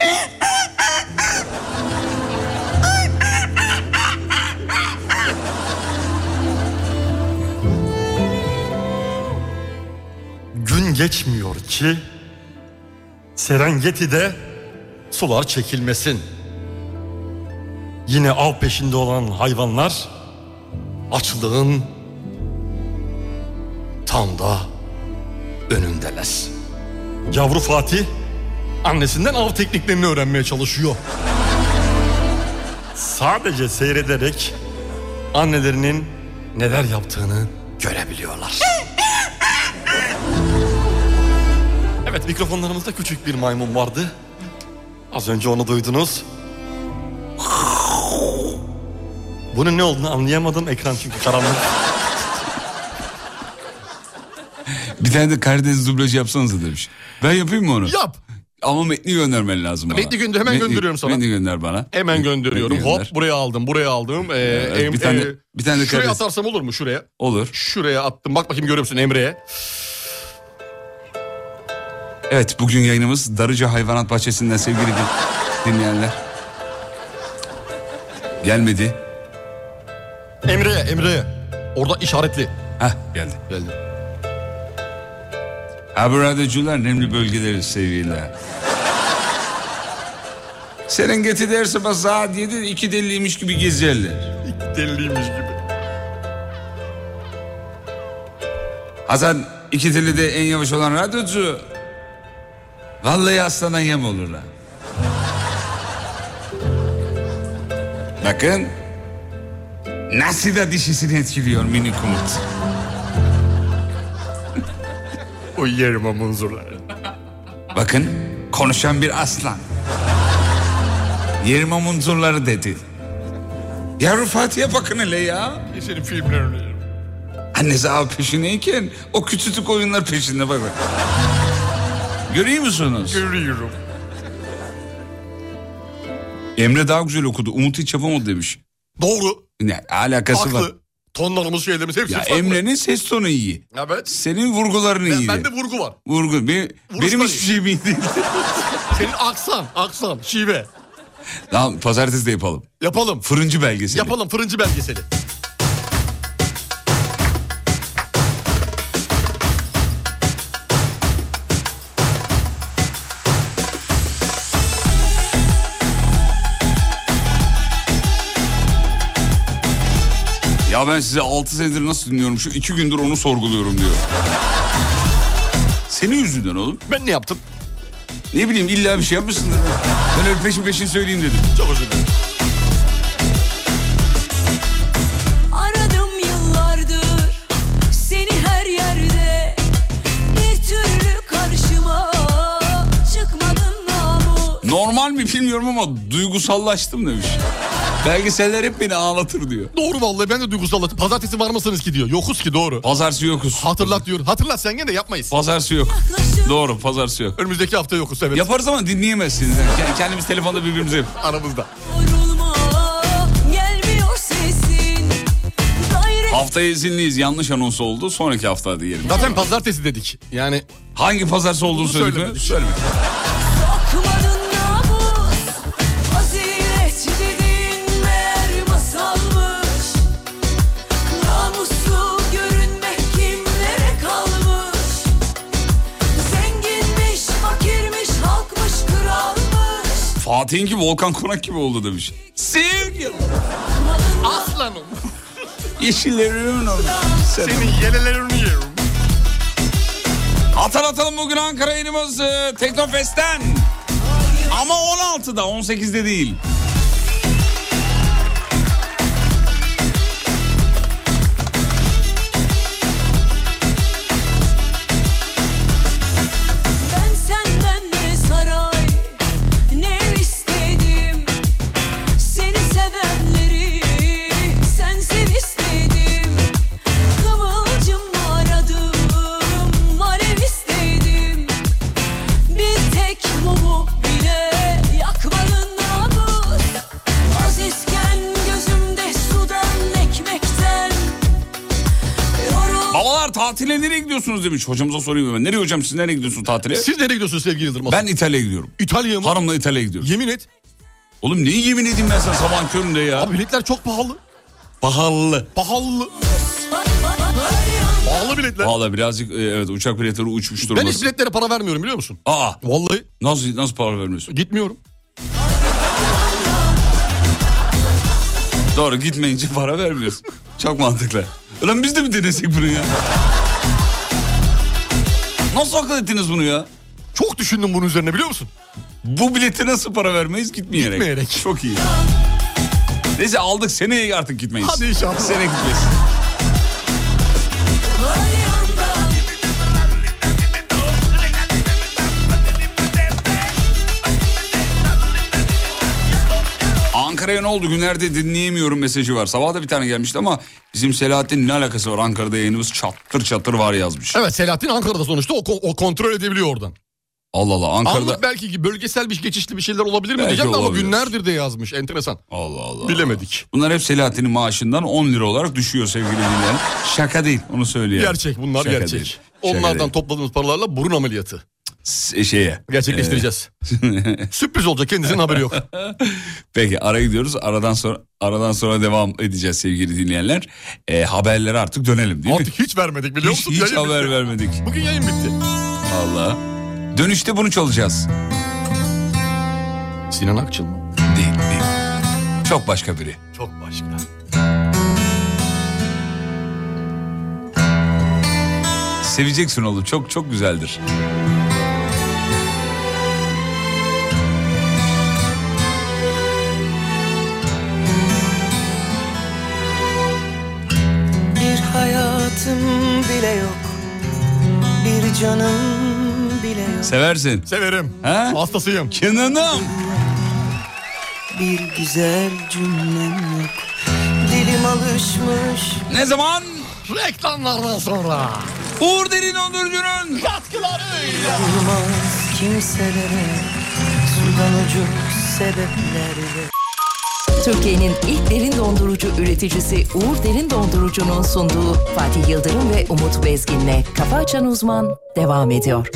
Gün geçmiyor ki Serengeti'de sular çekilmesin. Yine av peşinde olan hayvanlar açlığın tam da önündeler. Yavru Fatih annesinden av tekniklerini öğrenmeye çalışıyor. Sadece seyrederek annelerinin neler yaptığını görebiliyorlar. Evet, mikrofonlarımızda küçük bir maymun vardı. Az önce onu duydunuz. Bunun ne olduğunu anlayamadım, ekran çünkü karanlık. Bir tane de Karadeniz dublajı yapsanıza demiş. Ben yapayım mı onu? Yap. Ama metni göndermen lazım bana. Metni hemen gönderiyorum sana. Metni gönder bana. Hemen gönderiyorum. Hop, buraya aldım. Bir tane de şuraya atarsam olur mu, şuraya? Olur. Şuraya attım. Bak bakayım, görüyor musun Emre'ye? Evet, bugün yayınımız Darıca Hayvanat Bahçesi'nden sevgili dinleyenler. Gelmedi. Emre'ye. Orada işaretli. Geldi. Abi radyocular nemli bölgeleri seviyorlar. Serengeti'de her sabah saat 7'de iki deliymiş gibi gezerler. İki deliymiş gibi. Hasan, iki delide en yavaş olan radyocu. Vallahi aslana yem olurlar. Bakın nasıl da dişisini etkiliyor minik Umut. O yerim o munzurları. Bakın konuşan bir aslan. Yerim o munzurları dedi. Yavru Fatih'e bakın hele ya. Senin filmlerini. Annesi av peşindeyken o küçücük oyunlar peşinde bak. Görüyor musunuz? Görüyorum. Emre daha güzel okudu. Umut hiç yapamadı demiş. Doğru. Ne alakası Haklı. var? Tonlarımız, şeylerimiz hepsi Ya farklı. Emre'nin ses tonu iyi. Evet. Senin vurguların iyi. Bende vurgu var. Vurgu. Benim hiçbir şeyim iyi değil. Senin aksan, şive. Tamam, pazartesi de yapalım. Yapalım. Fırıncı belgeseli. Yapalım fırıncı belgeseli. Ya ben size 6 senedir nasıl dinliyorum? Şu 2 gündür onu sorguluyorum diyor. Senin yüzünden oğlum. Ben ne yaptım? Ne bileyim, illa bir şey yapmışsındır. Ben öyle peşin söyleyeyim dedim. Çok özür dilerim. Aradım yıllardır seni her yerde, bir türlü karşıma çıkmadın namus. Normal mi bilmiyorum ama duygusallaştım demiş. Belgeseller hep beni ağlatır diyor. Doğru vallahi, ben de duygusalladım. Pazartesi var mısınız ki diyor. Yokuz ki, doğru. Pazartesi yokuz. Hatırlat diyor. Hatırlat sen gene de yapmayız. Pazartesi yok. Doğru, pazartesi yok. Önümüzdeki hafta yokuz, evet. Yaparız ama dinleyemezsiniz. Yani kendimiz telefonda birbirimize aramızda. Gelmiyor sesin. Haftaya izinliyiz. Yanlış anons oldu. Sonraki hafta diyelim. Zaten pazartesi dedik. Yani hangi pazartesi olduğunu söyledik mi? Söylemedik. Sokmadın namus, fazilet dedin meğer masalmış. Namuslu görünmek kimlere kalmış. Zenginmiş, fakirmiş, halkmış, kralmış. Fatih'inki Volkan Konak gibi oldu demiş. Sevgilim. Aslanım. Yeşillerin onu. Senin yelelerini yerim. Hatırlatalım, bugün Ankara yayınımız Teknofest'ten. Ama 16'da, 18'de değil. Ben senden ne saray, ne ev istedim. Seni sevenleri sen sev istedim. Kıvılcım aradım, alev istedim. Bir tek mumu bile yakmadın namus. Azizken gözümde sudan ekmekten. Babalar, tatile nereye gidiyorsunuz demiş. Hocamıza sorayım ben. Nereye hocam, siz nereye gidiyorsunuz tatile? Siz nereye gidiyorsunuz sevgili Yıldırım? Ben İtalya'ya gidiyorum. İtalya'ya mı? Hanımla İtalya'ya gidiyorum. Yemin et. Oğlum neyi yemin edeyim ben sana sabahın köründe ya? Abi biletler çok pahalı. Pahalı. Pahalı. Pahalı biletler. Pahalı birazcık, evet, uçak biletleri uçmuş durumda. Ben hiç biletlere para vermiyorum, biliyor musun? Aa. Vallahi. Nasıl para vermiyorsun? Gitmiyorum. Doğru, gitmeyince para vermiyorsun. Çok mantıklı. Ulan biz de mi denesek bunu ya? Nasıl akıl ettiniz bunu ya? Çok düşündüm bunun üzerine, biliyor musun? Bu bilete nasıl para vermeyiz? Gitmeyerek. Çok iyi. Neyse, aldık, seneye artık gitmeyiz. Hadi inşallah. Seneye gitmeyiz. Ankara'ya ne oldu? Günlerde dinleyemiyorum mesajı var. Sabah da bir tane gelmişti ama bizim Selahattin ne alakası var? Ankara'da yayınımız çatır çatır var yazmış. Evet, Selahattin Ankara'da sonuçta, o kontrol edebiliyor oradan. Allah Allah, Ankara'da. Anlık belki bölgesel bir geçişli bir şeyler olabilir mi Belki diyeceğim de ama olabilir. günlerdir de yazmış, enteresan. Allah Allah. Bilemedik. Bunlar hep Selahattin'in maaşından 10 lira olarak düşüyor sevgili dinleyenler. Şaka değil, onu söyleyeyim. Gerçek, bunlar Şaka gerçek. değil. Şaka Onlardan değil. topladığımız paralarla burun ameliyatı gerçekleştireceğiz. Sürpriz olacak, kendisinin haberi yok. Peki, ara gidiyoruz. Aradan sonra devam edeceğiz sevgili dinleyenler. Haberlere artık dönelim değil mi? Artık hiç vermedik, biliyor musun? Hiç Yayın haber bitti. vermedik. Bugün yayın bitti. Allah. Dönüşte bunu çalacağız. Sinan Akçıl mı? Değil. Çok başka biri. Çok başka. Seveceksin oğlum. Çok çok güzeldir. Bir hayatım bile yok, bir canım bile yok. Seversin. Severim. Ha? Hastasıyım. Kenan'ım. Bir güzel cümlem yok, alışmış. Ne zaman? Reklamlardan sonra. Uğur Derin Dondurucu'nun katkıları. Olmaz kimselere sudan ucu sebeplerle. Türkiye'nin ilk derin dondurucu üreticisi Uğur Derin Dondurucu'nun sunduğu Fatih Yıldırım ve Umut Bezgin'le Kafa Açan Uzman devam ediyor.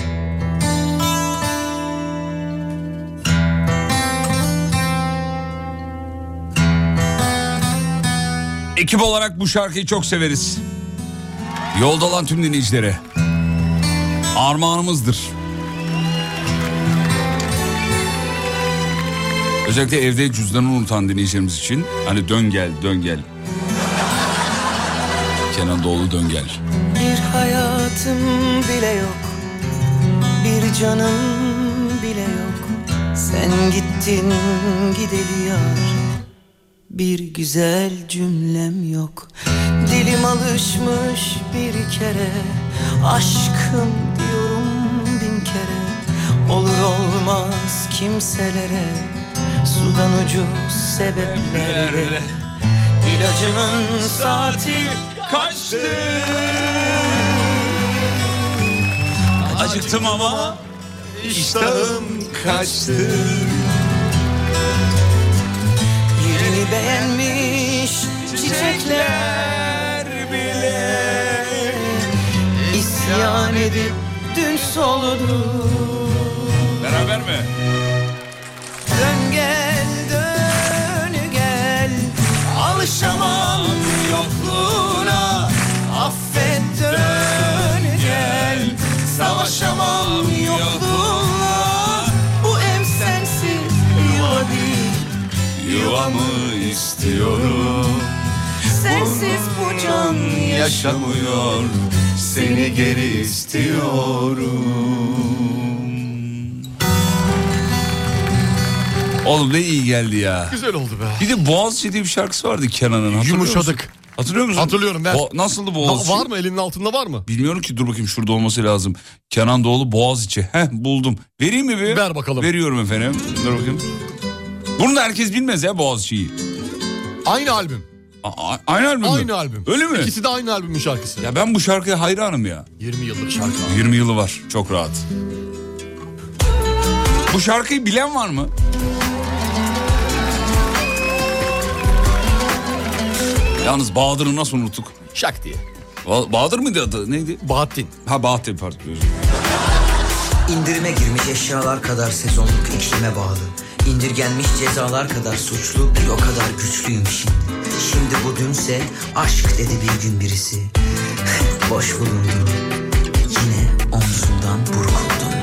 Ekip olarak bu şarkıyı çok severiz. Yolda olan tüm dinleyicilere armağanımızdır. Özellikle evde cüzdanını unutan dinleyicilerimiz için hani dön gel dön gel. Kenan Doğulu dön gel. Bir hayatım bile yok, bir canım bile yok. Sen gittin gideli yar, bir güzel cümlem yok. Dilim alışmış bir kere, aşkım diyorum bin kere. Olur olmaz kimselere, sudan ucu sebeplerle. İlacımın saati kaçtı. Acıktım ama iştahım kaçtı. Yerini beğenmiş çiçekler bile İsyan edip dün soludu. Beraber mi? Dön gel dön gel, alışamam yokluğuna. Affet dön gel, savaşamam yokluğuna. Bu ev sensiz yuva değil, Yuvamı istiyorum. sensiz bu can Yaşamıyor, seni geri istiyorum. Oğlum ne iyi geldi ya. Güzel oldu be. Bir de Boğaziçi diye bir şarkısı vardı Kenan'ın. Yumuşadık. Hatırlıyor musun? Hatırlıyorum ben. Nasıldı Boğaziçi? Var mı, elinin altında var mı? Bilmiyorum ki, dur bakayım, şurada olması lazım. Kenan Doğulu Boğaziçi. Buldum. Vereyim mi bir? Ver bakalım. Veriyorum efendim. Dur bakayım. Bunu da herkes bilmez ya, Boğaziçi'yi. Aynı albüm. Aynı albüm mü? Aynı albüm. Öyle mi? İkisi de aynı albümün şarkısı. Ya ben bu şarkıya hayranım ya. 20 yıllık şarkı. 20 yılı var. Çok rahat. Bu şarkıyı bilen var mı? Yalnız Bahadır'ı nasıl unuttuk? Şak diye. Bahadır mıydı adı? Neydi? Bahattin. Ha, Bahattin, pardon. İndirime girmiş eşyalar kadar sezonluk iklime bağlı. İndirgenmiş cezalar kadar suçlu, bir o kadar güçlüyüm şimdi. Şimdi bu dünse aşk dedi bir gün birisi. Boş bulundu, yine omzundan burkuldum.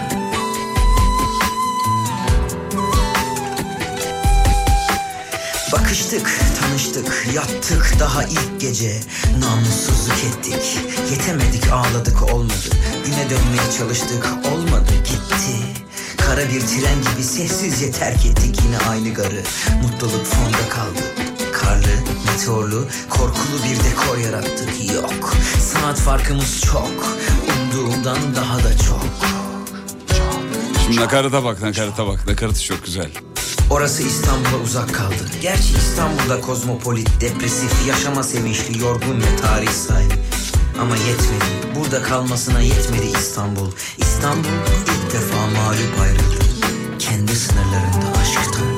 Bakıştık, tanıştık, yattık daha ilk gece. Namussuzluk ettik, yetemedik, ağladık, olmadı. Güne dönmeye çalıştık, olmadı, gitti. Kara bir tren gibi sessizce terk ettik yine aynı garı. Mutluluk fonda kaldı. Karlı, meteorlu, korkulu bir dekor yarattık, yok. Saat farkımız çok, umduğumdan daha da çok. Şimdi nakarata bak, nakarata bak. Nakaratı çok güzel. Orası İstanbul'a uzak kaldı. Gerçi İstanbul'da kozmopolit, depresif, yaşama sevinçli, yorgun ve tarih sahibi. Ama yetmedi, burada kalmasına yetmedi İstanbul. İstanbul ilk defa mağlup ayrıldı. Kendi sınırlarında aşktan.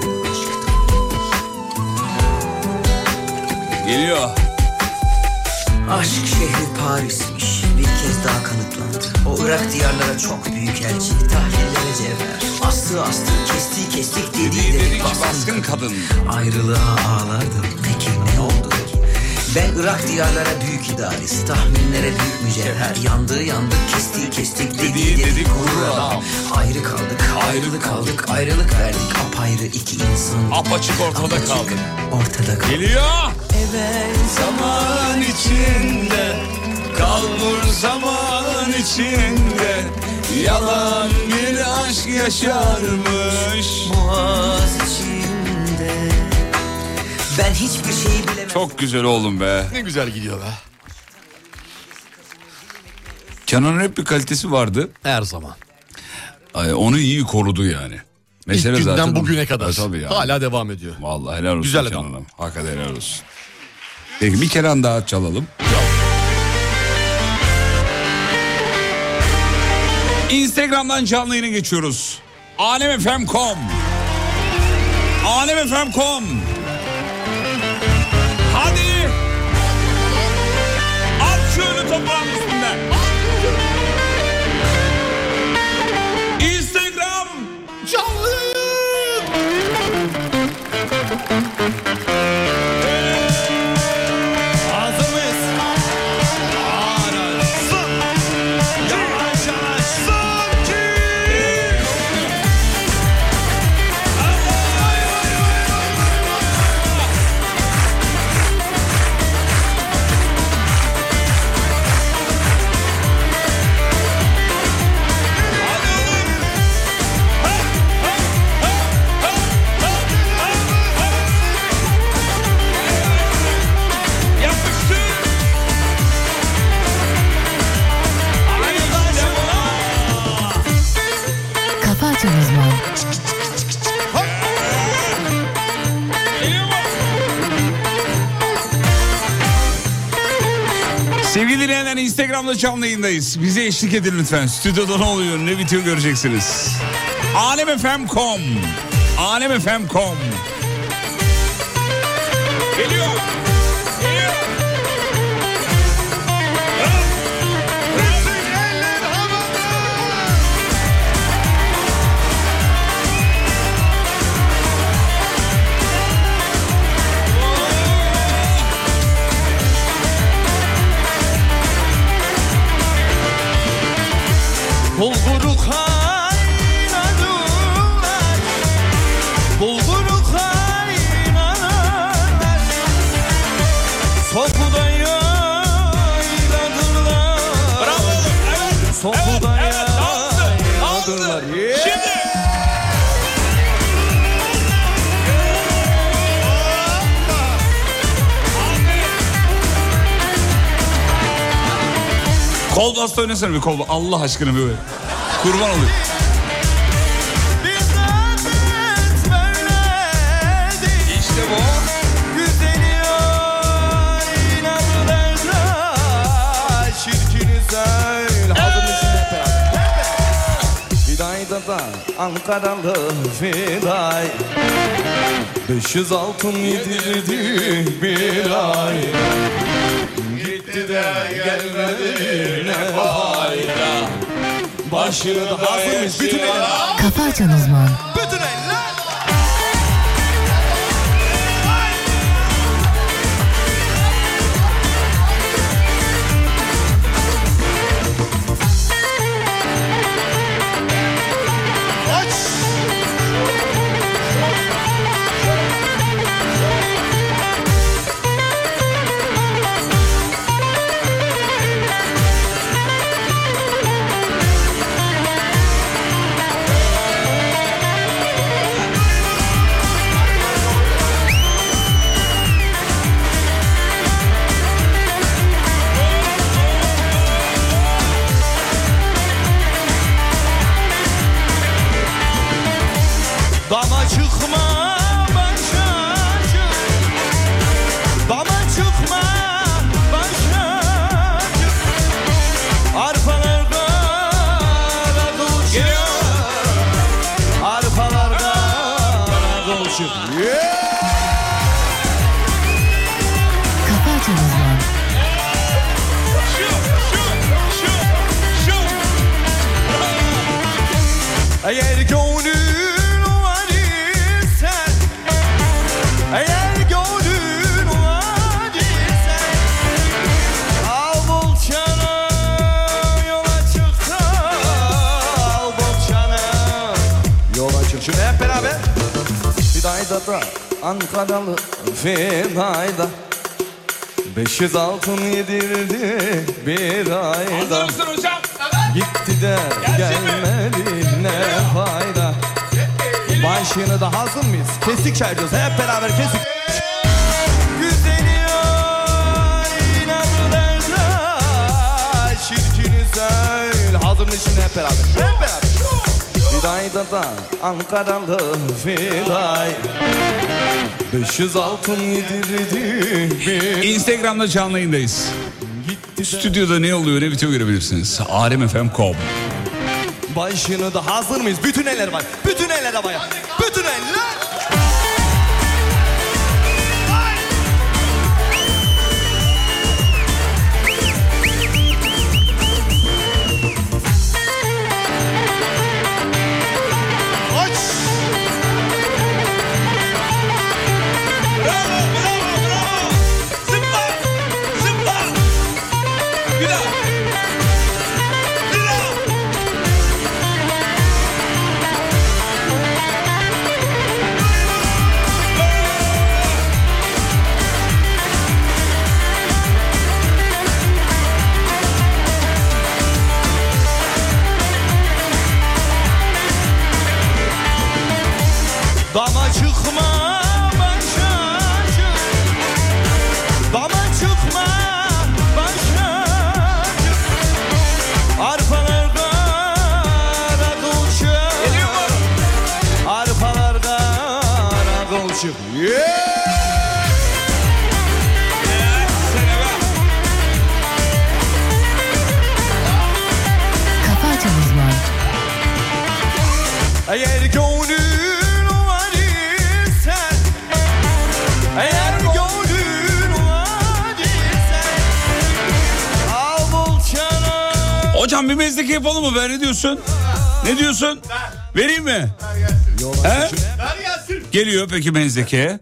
Geliyor. Aşk şehri Paris'miş, bir kez daha kanıtlandı. O Irak diyarlara çok büyük elçi, tahlillere cevher. Astığı astı, kestiği kestik, dediği dedik, baskın kadın. Ayrılığa ağlardım, peki ne oldu ki? Ben Irak diyarlara büyük idarist, tahminlere büyük mücevher. Yandığı yandık, kestiği kestik, dediği dedik, gurur adam. Ayrı kaldık, ayrılık aldık, ayrılık verdik. Apayrı iki insan. Apaçık ortada kaldık. Ortada kaldık. Geliyor. Evet. Zaman içinde, kalbur zaman içinde, yalan bir aşk yaşarmış. Boğaz içinde. Ben hiçbir şeyi bilemem. Çok güzel oğlum be. Ne güzel gidiyor be. Kenan'ın hep bir kalitesi vardı. Her zaman. Onu iyi korudu yani. Mesele İlk günden zaten bugüne kadar. Tabii ya. Hala devam ediyor. Vallahi helal olsun Güzel Kenan'ım. Hakikaten helal olsun. Peki bir kere daha çalalım. Instagram'dan canlı yayına geçiyoruz. alemfm.com alemfm.com. Hadi at şöyle toprağın üstünden. Instagram canlı yayın. Hazır mıyız? Arasın. Yavaş yavaş sanki. Kafa Açan Uzman. Sevgili dinleyenler, Instagram'da canlı yayındayız. Bize eşlik edin lütfen. Stüdyoda ne oluyor, ne bitiyor göreceksiniz. alemfm.com alemfm.com. Geliyor. Geliyor. Bulguru kaynadılar, bulguru kaynadılar, sokuda yayladılar. Bravo, evet, sokuda yayladılar. Şimdi. Kol bastı oynasana bir kol. Allah aşkına böyle. Kurban olayım. İşte bu. Güzeli oynadılar, şirkini söyle. Hazır mısın hep beraber? Fidayda da Ankaralı Fiday, 500 altın yedirdi bir ay. Gitti de gelmedi ne fayda. Başını da hazır mıyız? Bütün eller. Kafa Açan Uzman. Bütün eller. Dama çıkma başacı, dama çıkma başacı, arpalar karadolcu, arpalar karadolcu. Kafa Açan Uzman. Eğer gönlün var ise, eğer gönlün var ise, al bolçana yola çık da, al bolçana yola çık. Şimdi hep beraber. Fidayda da Ankaralı Fidayda, 500 altın yedirdi bir ayda. Hazır mısın hocam? Gitti de gelmedi ne fayda. Başını da hazır mıyız? Kesik çayacağız hep beraber kesik. Güzeli oynadılar da şirkini söyle. Hazır mısın hep beraber? Hep beraber. Yayda da Ankaralı fiday 500 altın yedirdi. Instagram'da canlı yayındayız. Stüdyoda ne oluyor ne bitiyor görebilirsiniz. alemfm.com. Başını da hazır mıyız? Bütün eller var. Bütün eller havaya. Bütün eller. Dama çıkma başacı, dama çıkma başacı. Arpalar kara kılçık, arpalar kara kılçık. Kafa Açan Uzman. Eğer gönlün var ise, eğer gönlün var ise, al bul çana. Hocam bir mezdeke yapalım mı? Ne diyorsun? Ne diyorsun? Vereyim mi? He? Geliyor peki mezdeke.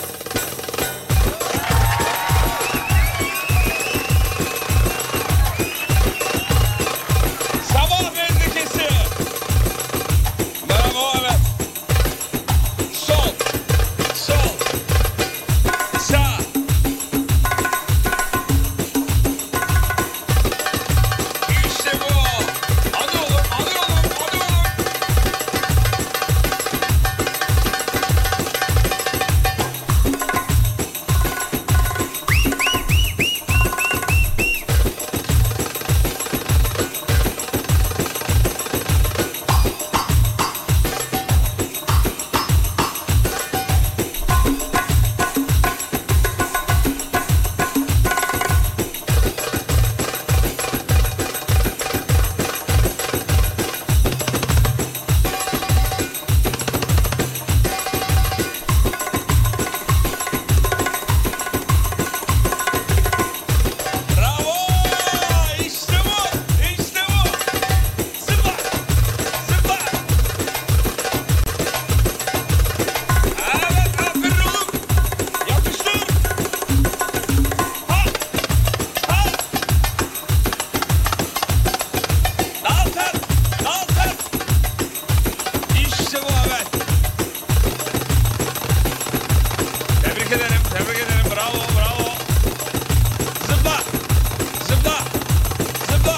Sabah mezdekesi. Bravo, evet. Sol. Sol. Sağ. İşte bu. Hadi oğlum, hadi oğlum, hadi oğlum. Bravo! İşte bu! İşte bu! Zıpla! Zıpla! Evet, aferin oğlum! Yapıştır! Ha! Ha! Dal sen! Dal sen! İşte bu, evet! Tebrik ederim, tebrik ederim. Bravo, bravo! Zıpla! Zıpla! Zıpla!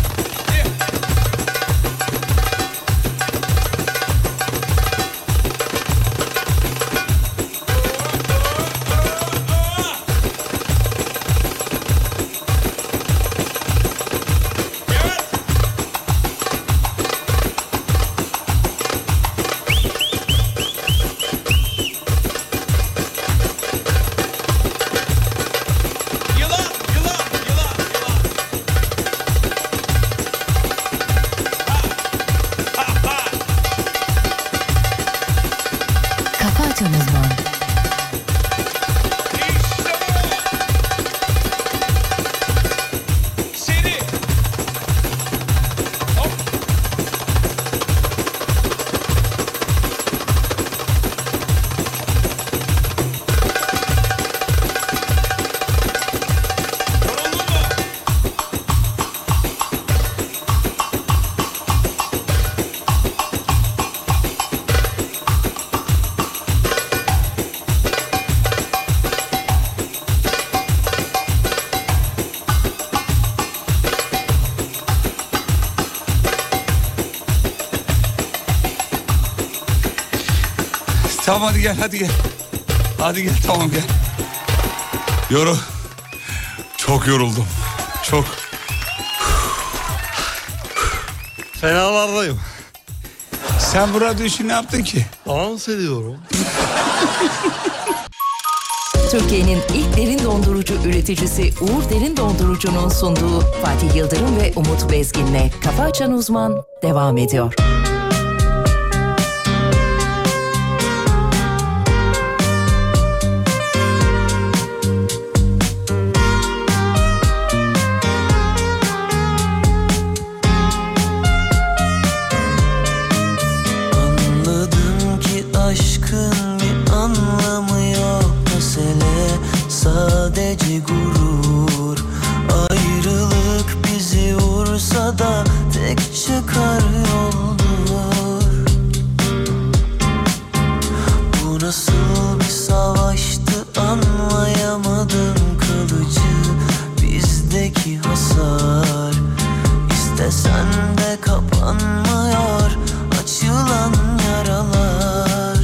Yılan! Yılan! Yılan! Yılan! Kafa Açan Uzman. Seri! Hop! Yoruldun mu? Tamam hadi gel, hadi gel. Hadi gel, tamam gel. Çok yoruldum. Çok. Fenalardayım. Sen bu radyo işini ne yaptın ki? Dans ediyorum. Türkiye'nin ilk derin dondurucu üreticisi Uğur Derin Dondurucu'nun sunduğu Fatih Yıldırım ve Umut Bezgin'le Kafa Açan Uzman devam ediyor. Anladım ki aşkın bir anlamı yok, mesele sadece gurur. Ayrılık bizi vursa da tek çıkar yoldur. Bu nasıl bir savaştı anlayamadım, kalıcı bizdeki hasar. İstesen de kapanmıyor açılan yaralar.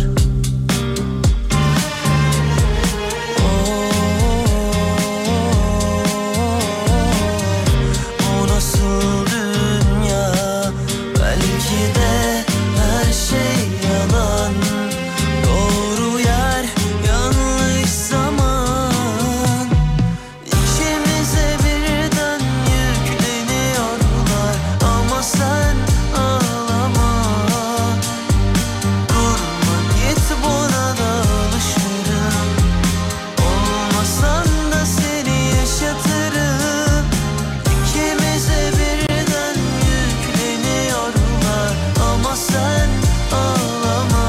Bu nasıl dünya? Belki de her şey yalan. Doğru yer, yanlış zaman. İkimize birden yükleniyorlar. Ama sen ağlama. Durma, git, buna da alışırım. Olmasan da seni yaşatırım. İkimize birden yükleniyorlar. Ama sen ağlama.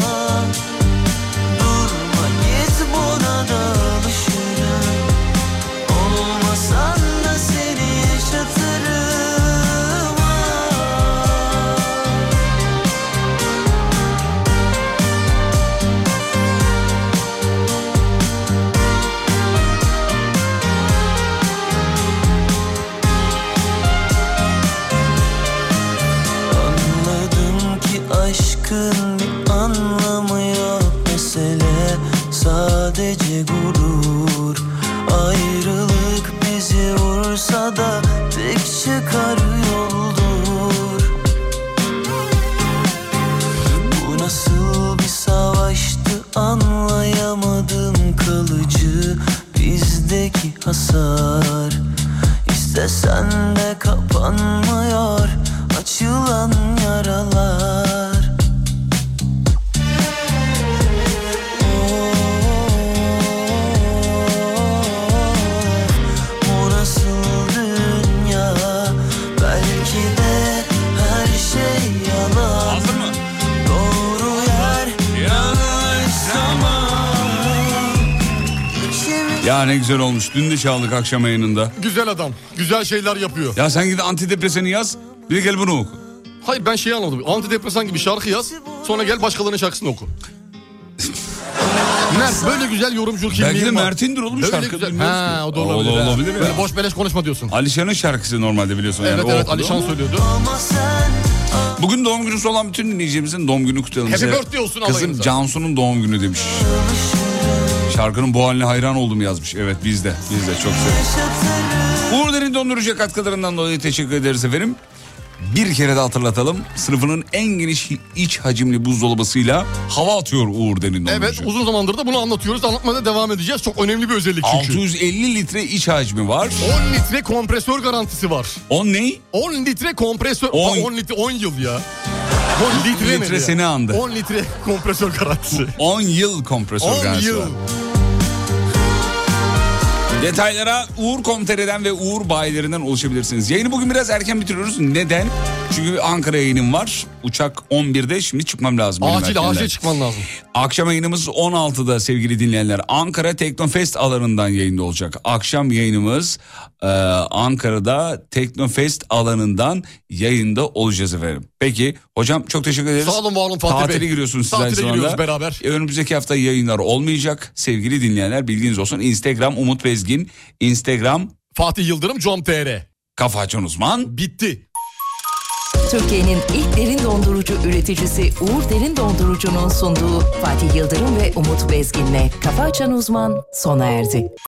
Durma, git, buna da alışırım. Olmasan da seni yaşatırım. Anladım ki aşkın bir anlamı yok, mesele sadece gurur. Ayrılık bizi vursa da tek çıkar yoldur. Bu nasıl bir savaştı anlayamadım, kalıcı bizdeki hasar. İstesen de kapanmıyor açılan yaralar. Bu nasıl dünya? Belki de her şey yalan. Hazır mı? Doğru yer, yanlış zaman. Ya ne güzel olmuş. Dün de çaldık akşam yayınında. Güzel adam. Güzel şeyler yapıyor. Ya sen gidip antidepresanı yaz. Bir de gel bunu oku. Hayır, ben şeyi anladım. Antidepresan gibi şarkı yaz. Sonra gel başkalarının şarkısını oku. Mert, böyle güzel yorumculuk kimliğin var. Belki de Mert'indir oğlum Böyle şarkı. güzel. bilmiyoruz Ha, ki. o da olabilir. Olabilir ya. Böyle boş beleş konuşma diyorsun. Alişan'ın şarkısı normalde biliyorsun. Evet yani. evet, O Alişan okudu. söylüyordu. Bugün doğum günü olan bütün dinleyicimizin doğum günü kutlayalım. Happy Bize birthday olsun kızım alayınıza. Cansu'nun doğum günü demiş. Şarkının bu haline hayran oldum yazmış. Evet biz de çok seviyoruz. Uğur Derin Dondurucu'ya katkılarından dolayı teşekkür ederiz efendim. Bir kere de hatırlatalım. Sınıfının en geniş iç hacimli buzdolabısıyla hava atıyor Uğur Derin Dondurucu. Evet, uzun zamandır da bunu anlatıyoruz. Anlatmaya da devam edeceğiz. Çok önemli bir özellik çünkü. 650 litre iç hacmi var. 10 litre kompresör garantisi var. 10 ne? 10 litre kompresör. 10 litre, 10 yıl ya. 10 litre, litre seni andı. 10 litre kompresör garantisi. 10 yıl kompresör 10 garantisi yıl. var. Detaylara Uğur.com.tr'den ve Uğur bayilerinden ulaşabilirsiniz. Yayını bugün biraz erken bitiriyoruz. Neden? Çünkü Ankara yayınım var. Uçak 11'de, şimdi çıkmam lazım. Acil çıkman lazım. Akşam yayınımız 16'da sevgili dinleyenler. Ankara Teknofest alanından yayında olacak. Akşam yayınımız Ankara'da Teknofest alanından yayında olacağız efendim. Peki hocam çok teşekkür ederiz. Sağ olun, var olun Fatih Bey. Tatile giriyorsunuz siz aynı Tatile zamanda. giriyoruz beraber. Önümüzdeki hafta yayınlar olmayacak. Sevgili dinleyenler bilginiz olsun. Instagram Umut Bezgin, Instagram Fatih Yıldırım com.tr. Kafa Açan Uzman. Bitti. Türkiye'nin ilk derin dondurucu üreticisi Uğur Derin Dondurucu'nun sunduğu Fatih Yıldırım ve Umut Bezgin'le Kafa Açan Uzman sona erdi.